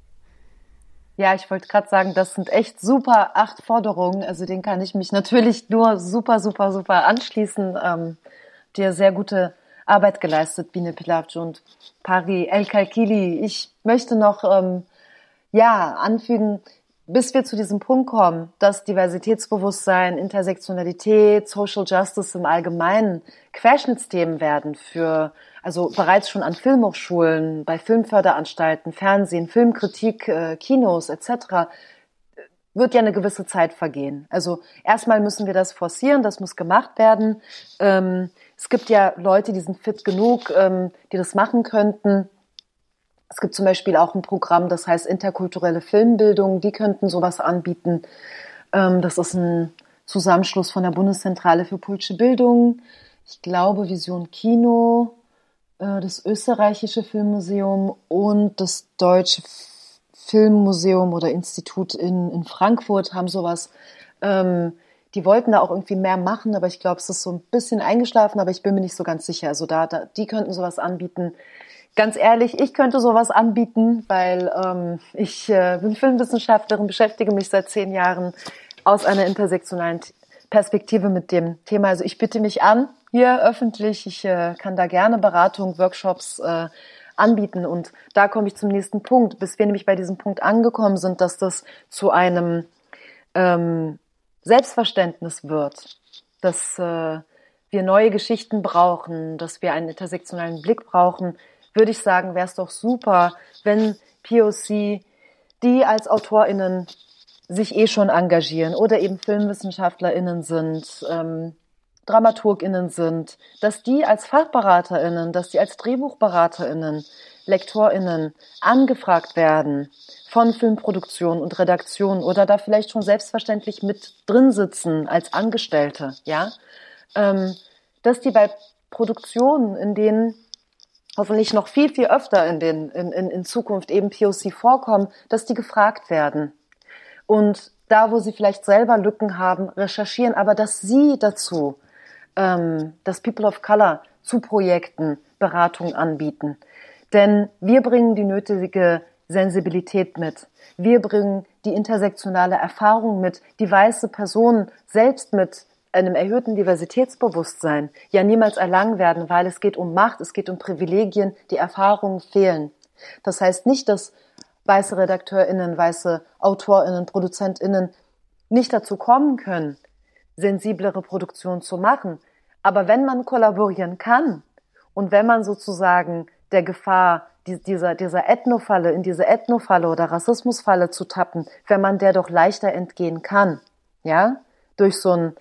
Ja, ich wollte gerade sagen, das sind echt super 8 Forderungen. Also denen kann ich mich natürlich nur super anschließen. Dir sehr gute Arbeit geleistet, Biene Pilavci und Pari El-Kalkili. Ich möchte noch anfügen, bis wir zu diesem Punkt kommen, dass Diversitätsbewusstsein, Intersektionalität, Social Justice im Allgemeinen Querschnittsthemen werden also bereits schon an Filmhochschulen, bei Filmförderanstalten, Fernsehen, Filmkritik, Kinos etc., wird ja eine gewisse Zeit vergehen. Also erstmal müssen wir das forcieren, das muss gemacht werden. Es gibt ja Leute, die sind fit genug, die das machen könnten. Es gibt zum Beispiel auch ein Programm, das heißt interkulturelle Filmbildung, die könnten sowas anbieten. Das ist ein Zusammenschluss von der Bundeszentrale für politische Bildung, ich glaube Vision Kino, das österreichische Filmmuseum und das deutsche Filmmuseum oder Institut in Frankfurt haben sowas. Die wollten da auch irgendwie mehr machen, aber ich glaube, es ist so ein bisschen eingeschlafen, aber ich bin mir nicht so ganz sicher. Also die könnten sowas anbieten. Ganz ehrlich, ich könnte sowas anbieten, weil ich bin Filmwissenschaftlerin, beschäftige mich seit 10 Jahren aus einer intersektionalen Perspektive mit dem Thema. Also ich bitte mich an, hier öffentlich, ich kann da gerne Beratung, Workshops anbieten. Und da komme ich zum nächsten Punkt, bis wir nämlich bei diesem Punkt angekommen sind, dass das zu einem Selbstverständnis wird, dass wir neue Geschichten brauchen, dass wir einen intersektionalen Blick brauchen, würde ich sagen, wäre es doch super, wenn POC, die als AutorInnen sich schon engagieren oder eben FilmwissenschaftlerInnen sind, DramaturgInnen sind, dass die als FachberaterInnen, dass die als DrehbuchberaterInnen, LektorInnen angefragt werden von Filmproduktion und Redaktion oder da vielleicht schon selbstverständlich mit drin sitzen als Angestellte, ja, dass die bei Produktionen, in denen hoffentlich noch viel öfter in Zukunft eben POC vorkommen, dass die gefragt werden. Und da, wo sie vielleicht selber Lücken haben, recherchieren, aber dass sie dazu, dass People of Color zu Projekten Beratung anbieten. Denn wir bringen die nötige Sensibilität mit. Wir bringen die intersektionale Erfahrung mit, die weiße Personen selbst mit einem erhöhten Diversitätsbewusstsein ja niemals erlangen werden, weil es geht um Macht, es geht um Privilegien, die Erfahrungen fehlen. Das heißt nicht, dass weiße RedakteurInnen, weiße AutorInnen, ProduzentInnen nicht dazu kommen können, sensiblere Produktionen zu machen. Aber wenn man kollaborieren kann und wenn man sozusagen der Gefahr, dieser Ethnofalle, in diese Ethnofalle oder Rassismusfalle zu tappen, wenn man der doch leichter entgehen kann, ja, durch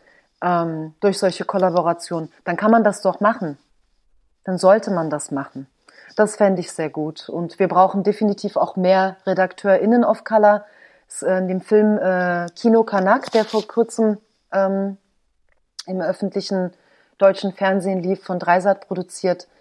solche Kollaborationen, dann kann man das doch machen. Dann sollte man das machen. Das fände ich sehr gut. Und wir brauchen definitiv auch mehr RedakteurInnen of Color. In dem Film Kino Kanak, der vor kurzem im öffentlichen deutschen Fernsehen lief, von Dreisat produziert,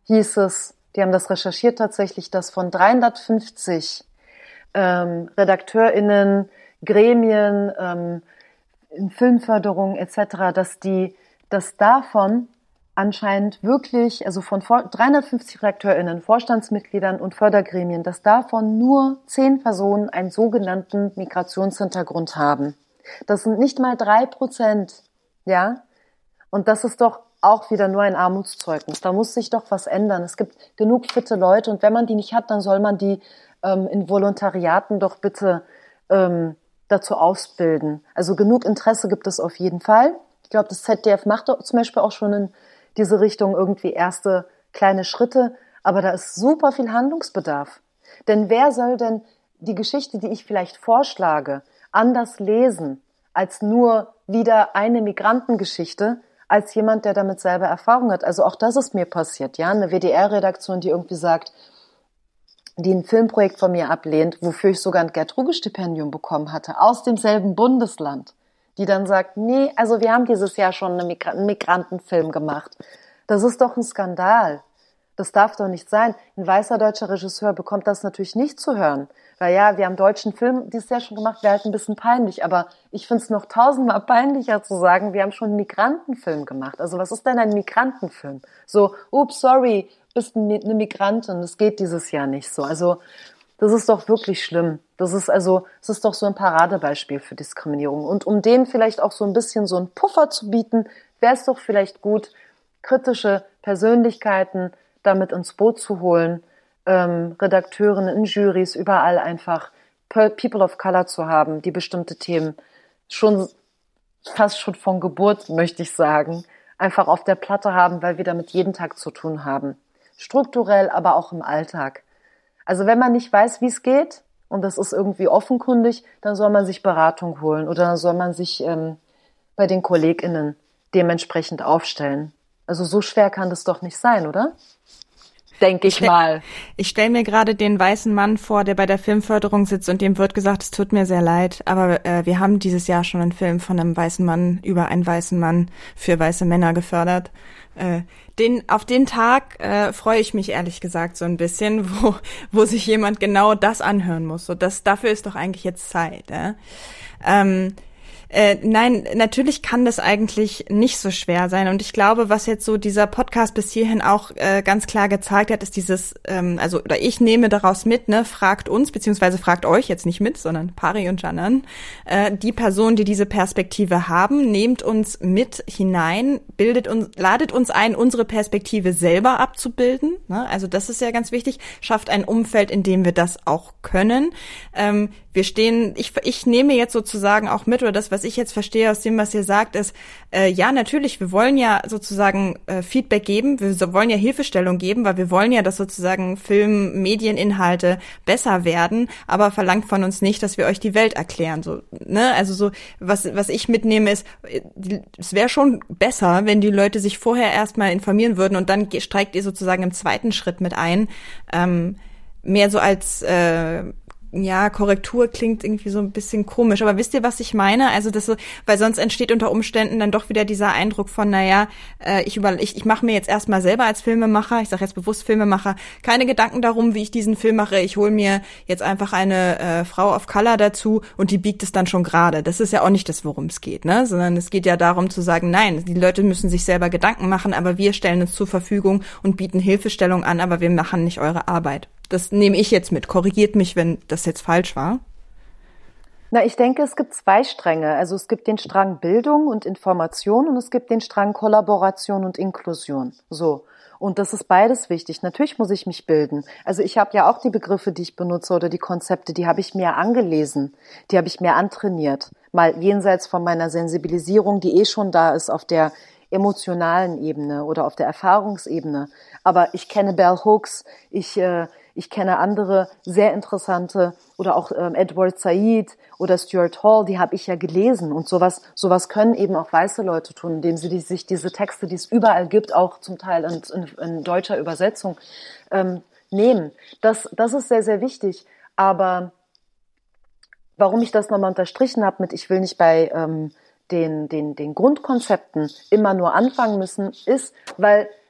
hieß es, die haben das recherchiert tatsächlich, dass von 350 RedakteurInnen, Gremien, in Filmförderung etc., dass davon anscheinend wirklich, also von 350 RedakteurInnen, Vorstandsmitgliedern und Fördergremien, dass davon nur 10 Personen einen sogenannten Migrationshintergrund haben. Das sind nicht mal 3%, ja? Und das ist doch auch wieder nur ein Armutszeugnis. Da muss sich doch was ändern. Es gibt genug fitte Leute und wenn man die nicht hat, dann soll man die in Volontariaten doch bitte dazu ausbilden. Also genug Interesse gibt es auf jeden Fall. Ich glaube, das ZDF macht zum Beispiel auch schon in diese Richtung irgendwie erste kleine Schritte, aber da ist super viel Handlungsbedarf. Denn wer soll denn die Geschichte, die ich vielleicht vorschlage, anders lesen als nur wieder eine Migrantengeschichte, als jemand, der damit selber Erfahrung hat? Also auch das ist mir passiert, ja, eine WDR-Redaktion, die irgendwie sagt, die ein Filmprojekt von mir ablehnt, wofür ich sogar ein Gerd-Ruge-Stipendium bekommen hatte, aus demselben Bundesland, die dann sagt, nee, also wir haben dieses Jahr schon einen Migrantenfilm gemacht. Das ist doch ein Skandal. Das darf doch nicht sein. Ein weißer deutscher Regisseur bekommt das natürlich nicht zu hören. Weil ja, wir haben deutschen Film dieses Jahr schon gemacht, wäre halt ein bisschen peinlich. Aber ich finde es noch 1000-mal peinlicher zu sagen, wir haben schon einen Migrantenfilm gemacht. Also was ist denn ein Migrantenfilm? So, ups, sorry, bist eine Migrantin. Das geht dieses Jahr nicht so. Also das ist doch wirklich schlimm. Das ist doch so ein Paradebeispiel für Diskriminierung. Und um denen vielleicht auch so ein bisschen so einen Puffer zu bieten, wäre es doch vielleicht gut, kritische Persönlichkeiten damit ins Boot zu holen, Redakteurinnen in Jurys, überall einfach People of Color zu haben, die bestimmte Themen fast schon von Geburt, möchte ich sagen, einfach auf der Platte haben, weil wir damit jeden Tag zu tun haben. Strukturell, aber auch im Alltag. Also wenn man nicht weiß, wie es geht, und das ist irgendwie offenkundig, dann soll man sich Beratung holen oder dann soll man sich bei den KollegInnen dementsprechend aufstellen. Also so schwer kann das doch nicht sein, oder? Denke ich mal. Ich stelle mir gerade den weißen Mann vor, der bei der Filmförderung sitzt und dem wird gesagt, es tut mir sehr leid, aber wir haben dieses Jahr schon einen Film von einem weißen Mann über einen weißen Mann für weiße Männer gefördert. Auf den Tag freue ich mich ehrlich gesagt so ein bisschen, wo sich jemand genau das anhören muss. So, dafür ist doch eigentlich jetzt Zeit. Nein, natürlich kann das eigentlich nicht so schwer sein. Und ich glaube, was jetzt so dieser Podcast bis hierhin auch ganz klar gezeigt hat, ist dieses, oder ich nehme daraus mit, ne, fragt uns, beziehungsweise fragt euch jetzt nicht mit, sondern Pari und Canan, die Personen, die diese Perspektive haben, nehmt uns mit hinein, ladet uns ein, unsere Perspektive selber abzubilden. Ne? Also das ist ja ganz wichtig. Schafft ein Umfeld, in dem wir das auch können. Ich nehme jetzt sozusagen auch mit, oder das, was ich jetzt verstehe aus dem, was ihr sagt, ist, ja, natürlich, wir wollen ja sozusagen Feedback geben, wir wollen ja Hilfestellung geben, weil wir wollen ja, dass sozusagen Medieninhalte besser werden, aber verlangt von uns nicht, dass wir euch die Welt erklären. So, ne? Also so, was ich mitnehme ist, es wäre schon besser, wenn die Leute sich vorher erstmal informieren würden und dann steigt ihr sozusagen im zweiten Schritt mit ein, mehr so als ja, Korrektur klingt irgendwie so ein bisschen komisch, aber wisst ihr, was ich meine? Also das so, weil sonst entsteht unter Umständen dann doch wieder dieser Eindruck von, naja, ich mache mir jetzt erstmal selber als Filmemacher, ich sage jetzt bewusst Filmemacher, keine Gedanken darum, wie ich diesen Film mache. Ich hole mir jetzt einfach eine Frau of Color dazu und die biegt es dann schon gerade. Das ist ja auch nicht das, worum es geht, ne? Sondern es geht ja darum zu sagen, nein, die Leute müssen sich selber Gedanken machen, aber wir stellen uns zur Verfügung und bieten Hilfestellung an, aber wir machen nicht eure Arbeit. Das nehme ich jetzt mit. Korrigiert mich, wenn das jetzt falsch war. Na, ich denke, es gibt 2 Stränge. Also es gibt den Strang Bildung und Information und es gibt den Strang Kollaboration und Inklusion. So. Und das ist beides wichtig. Natürlich muss ich mich bilden. Also ich habe ja auch die Begriffe, die ich benutze oder die Konzepte, die habe ich mir angelesen. Die habe ich mir antrainiert. Mal jenseits von meiner Sensibilisierung, die schon da ist auf der emotionalen Ebene oder auf der Erfahrungsebene. Aber ich kenne Bell Hooks, ich kenne andere sehr interessante oder auch Edward Said oder Stuart Hall, die habe ich ja gelesen und sowas können eben auch weiße Leute tun, indem sie sich diese Texte, die es überall gibt, auch zum Teil in deutscher Übersetzung nehmen. Das ist sehr, sehr wichtig. Aber warum ich das nochmal unterstrichen habe mit, ich will nicht bei den Grundkonzepten immer nur anfangen müssen, ist, weil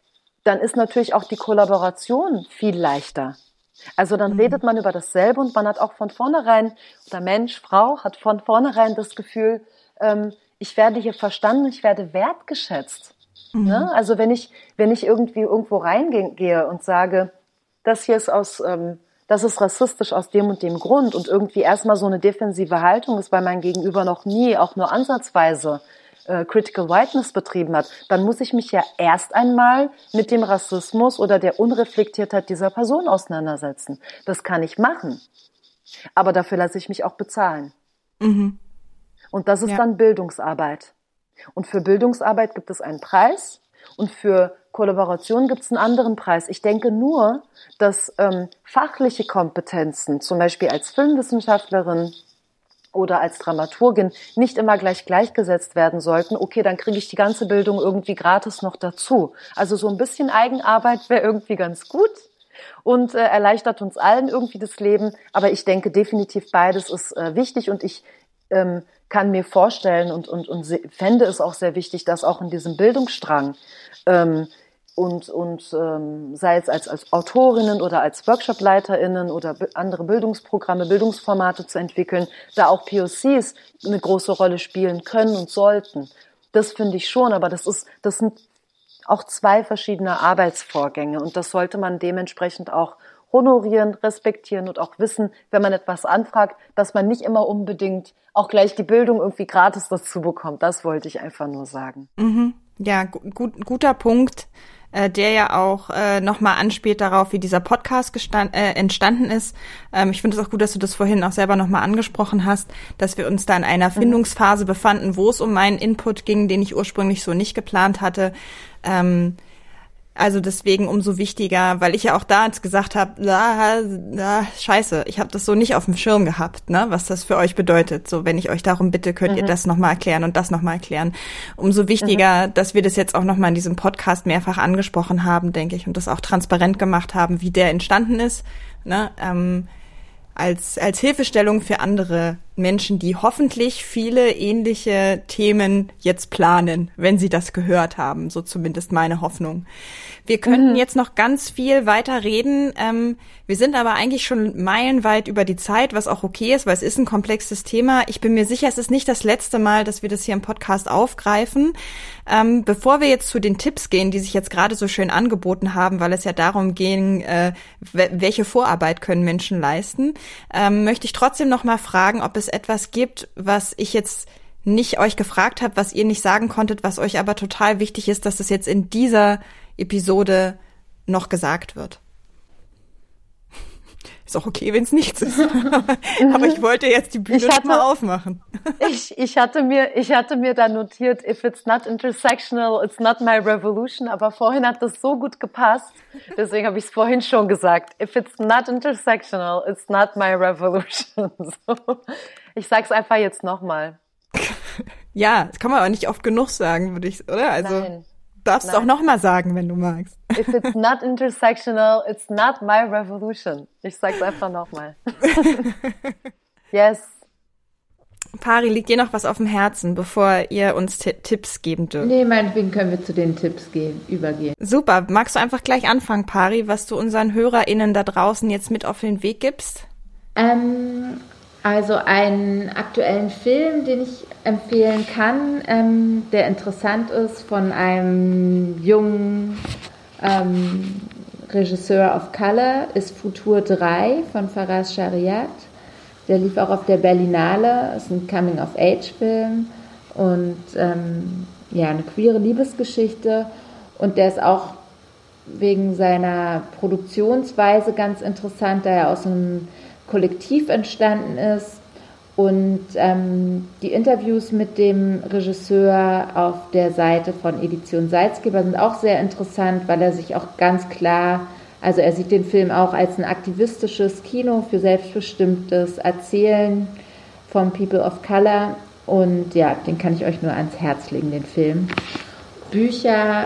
dann ist natürlich auch die Kollaboration viel leichter. Also dann redet man über dasselbe und man hat auch von vornherein, oder Mensch, Frau, hat von vornherein das Gefühl, ich werde hier verstanden, ich werde wertgeschätzt. Ne? Also wenn ich irgendwie irgendwo reingehe und sage, das hier ist das ist rassistisch aus dem und dem Grund und irgendwie erstmal so eine defensive Haltung ist, weil mein Gegenüber noch nie, auch nur ansatzweise Critical Whiteness betrieben hat, dann muss ich mich ja erst einmal mit dem Rassismus oder der Unreflektiertheit dieser Person auseinandersetzen. Das kann ich machen, aber dafür lasse ich mich auch bezahlen. Und das ist dann Bildungsarbeit. Und für Bildungsarbeit gibt es einen Preis und für Kollaboration gibt es einen anderen Preis. Ich denke nur, dass fachliche Kompetenzen, zum Beispiel als Filmwissenschaftlerin oder als Dramaturgin, nicht immer gleichgesetzt werden sollten. Okay, dann kriege ich die ganze Bildung irgendwie gratis noch dazu. Also so ein bisschen Eigenarbeit wäre irgendwie ganz gut und erleichtert uns allen irgendwie das Leben. Aber ich denke definitiv, beides ist wichtig und ich kann mir vorstellen und fände es auch sehr wichtig, dass auch in diesem Bildungsstrang sei es als Autorinnen oder als WorkshopleiterInnen oder andere Bildungsprogramme, Bildungsformate zu entwickeln, da auch POCs eine große Rolle spielen können und sollten. Das finde ich schon, aber das sind auch zwei verschiedene Arbeitsvorgänge und das sollte man dementsprechend auch honorieren, respektieren und auch wissen, wenn man etwas anfragt, dass man nicht immer unbedingt auch gleich die Bildung irgendwie gratis dazu bekommt. Das wollte ich einfach nur sagen. Ja, guter Punkt, der ja auch nochmal anspielt darauf, wie dieser Podcast entstanden ist. Ich finde es auch gut, dass du das vorhin auch selber nochmal angesprochen hast, dass wir uns da in einer Findungsphase befanden, wo es um meinen Input ging, den ich ursprünglich so nicht geplant hatte. Also deswegen umso wichtiger, weil ich ja auch da jetzt gesagt habe, scheiße, ich habe das so nicht auf dem Schirm gehabt, ne, was das für euch bedeutet. So, wenn ich euch darum bitte, könnt ihr das nochmal erklären und das nochmal erklären. Umso wichtiger, dass wir das jetzt auch nochmal in diesem Podcast mehrfach angesprochen haben, denke ich, und das auch transparent gemacht haben, wie der entstanden ist, ne, als Hilfestellung für andere Menschen, die hoffentlich viele ähnliche Themen jetzt planen, wenn sie das gehört haben. So zumindest meine Hoffnung. Wir könnten jetzt noch ganz viel weiter reden. Wir sind aber eigentlich schon meilenweit über die Zeit, was auch okay ist, weil es ist ein komplexes Thema. Ich bin mir sicher, es ist nicht das letzte Mal, dass wir das hier im Podcast aufgreifen. Bevor wir jetzt zu den Tipps gehen, die sich jetzt gerade so schön angeboten haben, weil es ja darum ging, welche Vorarbeit können Menschen leisten, möchte ich trotzdem noch mal fragen, ob es etwas gibt, was ich jetzt nicht euch gefragt habe, was ihr nicht sagen konntet, was euch aber total wichtig ist, dass es jetzt in dieser Episode noch gesagt wird. Ist auch okay, wenn es nichts ist. Aber ich wollte jetzt die Bühne mal aufmachen. Ich hatte mir da notiert, if it's not intersectional, it's not my revolution. Aber vorhin hat das so gut gepasst. Deswegen habe ich es vorhin schon gesagt. If it's not intersectional, it's not my revolution. So. Ich sag's einfach jetzt nochmal. Ja, das kann man aber nicht oft genug sagen, oder? Also Nein. Darfst du auch nochmal sagen, wenn du magst. If it's not intersectional, it's not my revolution. Ich sag's einfach nochmal. Yes. Pari, liegt dir noch was auf dem Herzen, bevor ihr uns Tipps geben dürft? Nee, meinetwegen können wir zu den Tipps übergehen. Super. Magst du einfach gleich anfangen, Pari, was du unseren HörerInnen da draußen jetzt mit auf den Weg gibst? Also einen aktuellen Film, den ich empfehlen kann, der interessant ist, von einem jungen Regisseur of Color, ist Futur 3 von Faraz Shariat. Der lief auch auf der Berlinale, ist ein Coming-of-Age-Film und eine queere Liebesgeschichte. Und der ist auch wegen seiner Produktionsweise ganz interessant, da er aus einem Kollektiv entstanden ist und die Interviews mit dem Regisseur auf der Seite von Edition Salzgeber sind auch sehr interessant, weil er sich auch ganz klar, also er sieht den Film auch als ein aktivistisches Kino für selbstbestimmtes Erzählen von People of Color und ja, den kann ich euch nur ans Herz legen, den Film. Bücher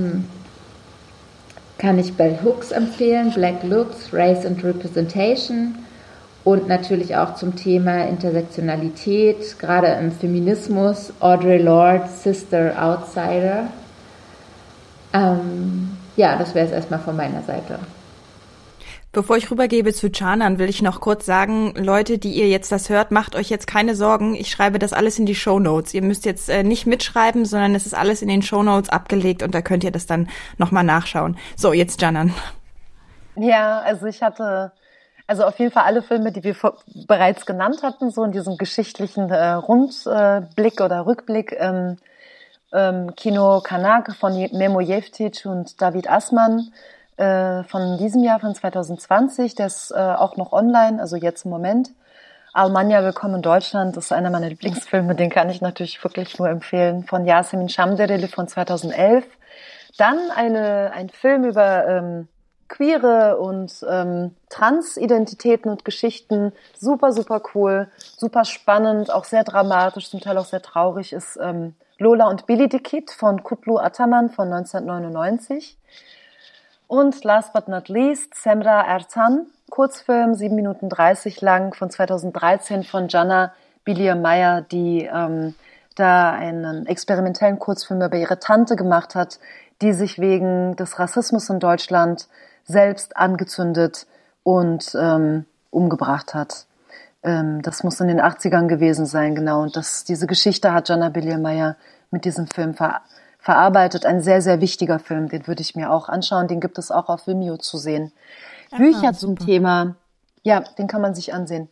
kann ich Bell Hooks empfehlen, Black Looks, Race and Representation. Und natürlich auch zum Thema Intersektionalität, gerade im Feminismus, Audre Lorde, Sister Outsider. Ja, das wäre es erstmal von meiner Seite. Bevor ich rübergebe zu Canan, will ich noch kurz sagen, Leute, die ihr jetzt das hört, macht euch jetzt keine Sorgen. Ich schreibe das alles in die Shownotes. Ihr müsst jetzt nicht mitschreiben, sondern es ist alles in den Shownotes abgelegt und da könnt ihr das dann nochmal nachschauen. So, jetzt Canan. Ja, also ich hatte auf jeden Fall alle Filme, die wir bereits genannt hatten, so in diesem geschichtlichen Rundblick oder Rückblick. Kino Kanak von Memo Jevtic und David Assmann von diesem Jahr, von 2020. Der ist auch noch online, also jetzt im Moment. Almanya, Willkommen in Deutschland, das ist einer meiner Lieblingsfilme, den kann ich natürlich wirklich nur empfehlen, von Yasemin Şamdereli von 2011. Dann ein Film über queere und Transidentitäten und Geschichten, super, super cool, super spannend, auch sehr dramatisch, zum Teil auch sehr traurig, ist Lola und Billy the Kid von Kutlu Ataman von 1999. Und last but not least, Semra Ertan, Kurzfilm, 7 Minuten 30 lang, von 2013 von Jana Bilir-Meyer, die da einen experimentellen Kurzfilm über ihre Tante gemacht hat, die sich wegen des Rassismus in Deutschland selbst angezündet und umgebracht hat. Das muss in den 80ern gewesen sein, genau. Und diese Geschichte hat Jana Bilir-Meyer mit diesem Film verarbeitet. Ein sehr, sehr wichtiger Film, den würde ich mir auch anschauen. Den gibt es auch auf Vimeo zu sehen. Bücher zum Thema, ja, den kann man sich ansehen.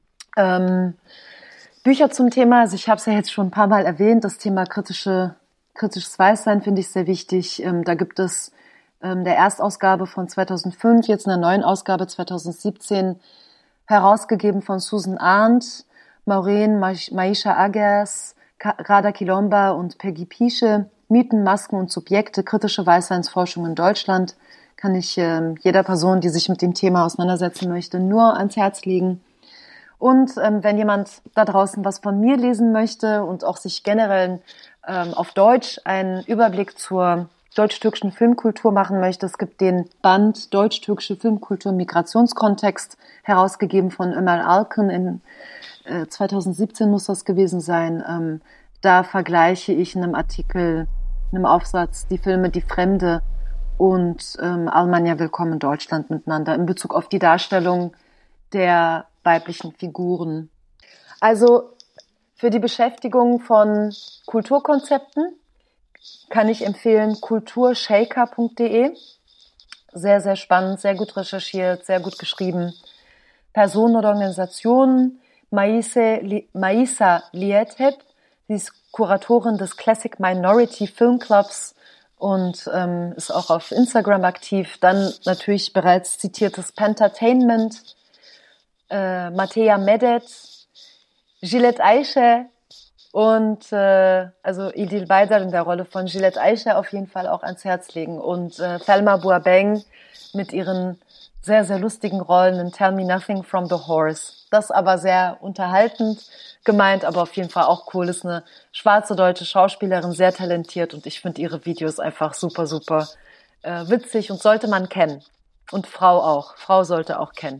Bücher zum Thema, also ich habe es ja jetzt schon ein paar Mal erwähnt, das Thema kritisches Weißsein finde ich sehr wichtig. Da gibt es der Erstausgabe von 2005, jetzt in der neuen Ausgabe 2017, herausgegeben von Susan Arndt, Maureen Maisha Agers, Radha Kilomba und Peggy Piesche, Mythen, Masken und Subjekte, kritische Weißseinsforschung in Deutschland, kann ich jeder Person, die sich mit dem Thema auseinandersetzen möchte, nur ans Herz legen. Und wenn jemand da draußen was von mir lesen möchte und auch sich generell auf Deutsch einen Überblick zur deutsch-türkischen Filmkultur machen möchte, es gibt den Band Deutsch-türkische Filmkultur im Migrationskontext, herausgegeben von Ömer Alkan, in 2017 muss das gewesen sein. Da vergleiche ich in einem Artikel, in einem Aufsatz, die Filme Die Fremde und Almanya, Willkommen in Deutschland miteinander in Bezug auf die Darstellung der weiblichen Figuren. Also für die Beschäftigung von Kulturkonzepten kann ich empfehlen kulturshaker.de. Sehr, sehr spannend, sehr gut recherchiert, sehr gut geschrieben. Personen oder Organisationen, Maisa Liethep, sie ist Kuratorin des Classic Minority Film Clubs und ist auch auf Instagram aktiv. Dann natürlich bereits zitiertes Pentertainment, Mateja Medet, Gillette Ayşe und also Idil Baydar in der Rolle von Gillette Ayşe auf jeden Fall auch ans Herz legen. Und Thelma Boabeng mit ihren sehr, sehr lustigen Rollen in Tell Me Nothing from the Horse. Das aber sehr unterhaltend gemeint, aber auf jeden Fall auch cool. Ist eine schwarze deutsche Schauspielerin, sehr talentiert und ich finde ihre Videos einfach super, super witzig und sollte man kennen. Und Frau auch. Frau sollte auch kennen.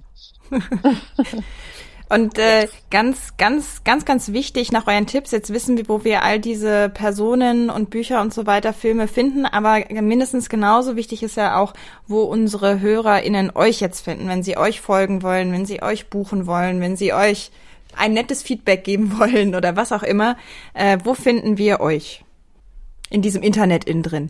Und ganz wichtig nach euren Tipps, jetzt wissen wir, wo wir all diese Personen und Bücher und so weiter, Filme finden, aber mindestens genauso wichtig ist ja auch, wo unsere HörerInnen euch jetzt finden, wenn sie euch folgen wollen, wenn sie euch buchen wollen, wenn sie euch ein nettes Feedback geben wollen oder was auch immer. Wo finden wir euch in diesem Internet innen drin?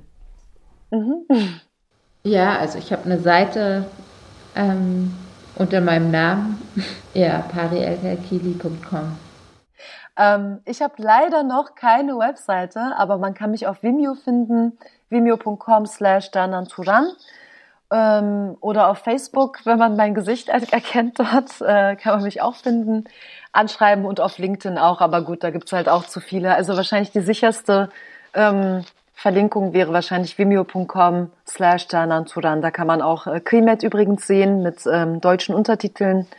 Ja, also ich habe eine Seite unter meinem Namen, ja, parielkalkili.com. Ich habe leider noch keine Webseite, aber man kann mich auf Vimeo finden, vimeo.com/dananturan oder auf Facebook, wenn man mein Gesicht erkennt dort, kann man mich auch finden, anschreiben und auf LinkedIn auch, aber gut, da gibt's halt auch zu viele. Also wahrscheinlich die sicherste Verlinkung wäre wahrscheinlich vimeo.com/dananturan. Da kann man auch Krimet übrigens sehen mit deutschen Untertiteln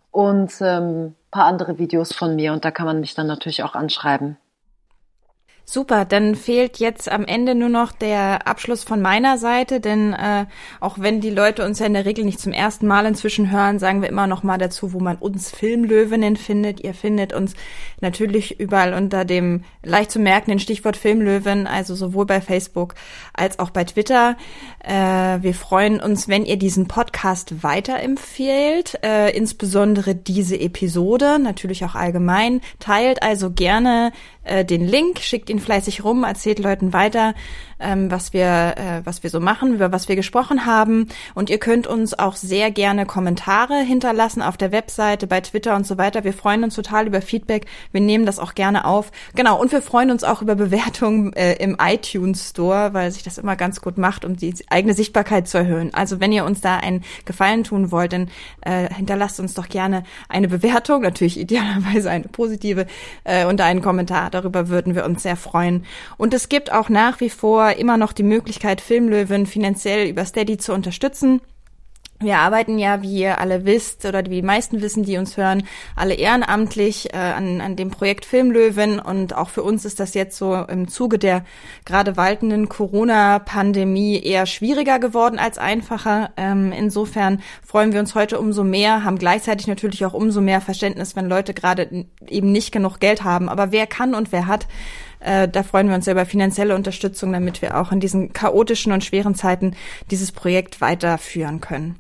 und paar andere Videos von mir und da kann man mich dann natürlich auch anschreiben. Super, dann fehlt jetzt am Ende nur noch der Abschluss von meiner Seite, denn auch wenn die Leute uns ja in der Regel nicht zum ersten Mal inzwischen hören, sagen wir immer noch mal dazu, wo man uns Filmlöwinnen findet. Ihr findet uns natürlich überall unter dem leicht zu merkenden Stichwort Filmlöwen, also sowohl bei Facebook als auch bei Twitter. Wir freuen uns, wenn ihr diesen Podcast weiterempfehlt, insbesondere diese Episode, natürlich auch allgemein. Teilt also gerne den Link, schickt ihn fleißig rum, erzählt Leuten weiter, was wir so machen, über was wir gesprochen haben. Und ihr könnt uns auch sehr gerne Kommentare hinterlassen auf der Webseite, bei Twitter und so weiter. Wir freuen uns total über Feedback. Wir nehmen das auch gerne auf. Genau, und wir freuen uns auch über Bewertungen im iTunes Store, weil sich das immer ganz gut macht, um die eigene Sichtbarkeit zu erhöhen. Also wenn ihr uns da einen Gefallen tun wollt, dann hinterlasst uns doch gerne eine Bewertung, natürlich idealerweise eine positive, unter einen Kommentar. Darüber würden wir uns sehr freuen. Und es gibt auch nach wie vor immer noch die Möglichkeit, Filmlöwen finanziell über Steady zu unterstützen. Wir arbeiten ja, wie ihr alle wisst, oder wie die meisten wissen, die uns hören, alle ehrenamtlich an dem Projekt Filmlöwen. Und auch für uns ist das jetzt so im Zuge der gerade waltenden Corona-Pandemie eher schwieriger geworden als einfacher. Insofern freuen wir uns heute umso mehr, haben gleichzeitig natürlich auch umso mehr Verständnis, wenn Leute gerade eben nicht genug Geld haben. Aber wer kann und wer hat, da freuen wir uns sehr über finanzielle Unterstützung, damit wir auch in diesen chaotischen und schweren Zeiten dieses Projekt weiterführen können.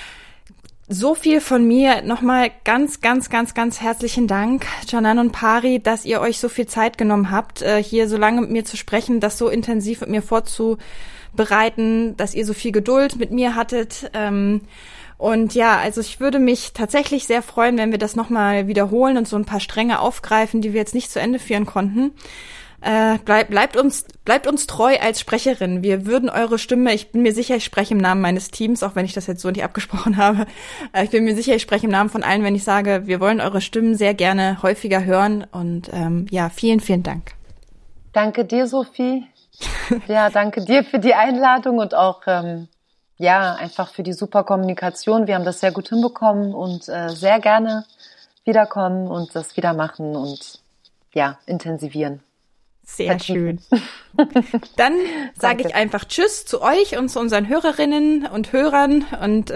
So viel von mir. Nochmal ganz, ganz, ganz, ganz herzlichen Dank, Canan und Pari, dass ihr euch so viel Zeit genommen habt, hier so lange mit mir zu sprechen, das so intensiv mit mir vorzubereiten, dass ihr so viel Geduld mit mir hattet. Und ja, also ich würde mich tatsächlich sehr freuen, wenn wir das nochmal wiederholen und so ein paar Stränge aufgreifen, die wir jetzt nicht zu Ende führen konnten. Bleibt uns treu als Sprecherin. Wir würden eure Stimme, ich bin mir sicher, ich spreche im Namen meines Teams, auch wenn ich das jetzt so nicht abgesprochen habe. Ich bin mir sicher, ich spreche im Namen von allen, wenn ich sage, wir wollen eure Stimmen sehr gerne häufiger hören. Und ja, vielen, vielen Dank. Danke dir, Sophie. Ja, danke dir für die Einladung und auch einfach für die super Kommunikation. Wir haben das sehr gut hinbekommen und sehr gerne wiederkommen und das wieder machen und intensivieren. Sehr schön. Dann sage ich einfach Tschüss zu euch und zu unseren Hörerinnen und Hörern und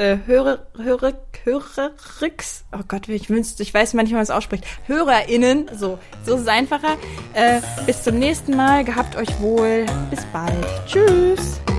Hörerix. Oh Gott, ich weiß manchmal, wie man es ausspricht. HörerInnen, so ist es einfacher. Bis zum nächsten Mal. Gehabt euch wohl. Bis bald. Tschüss.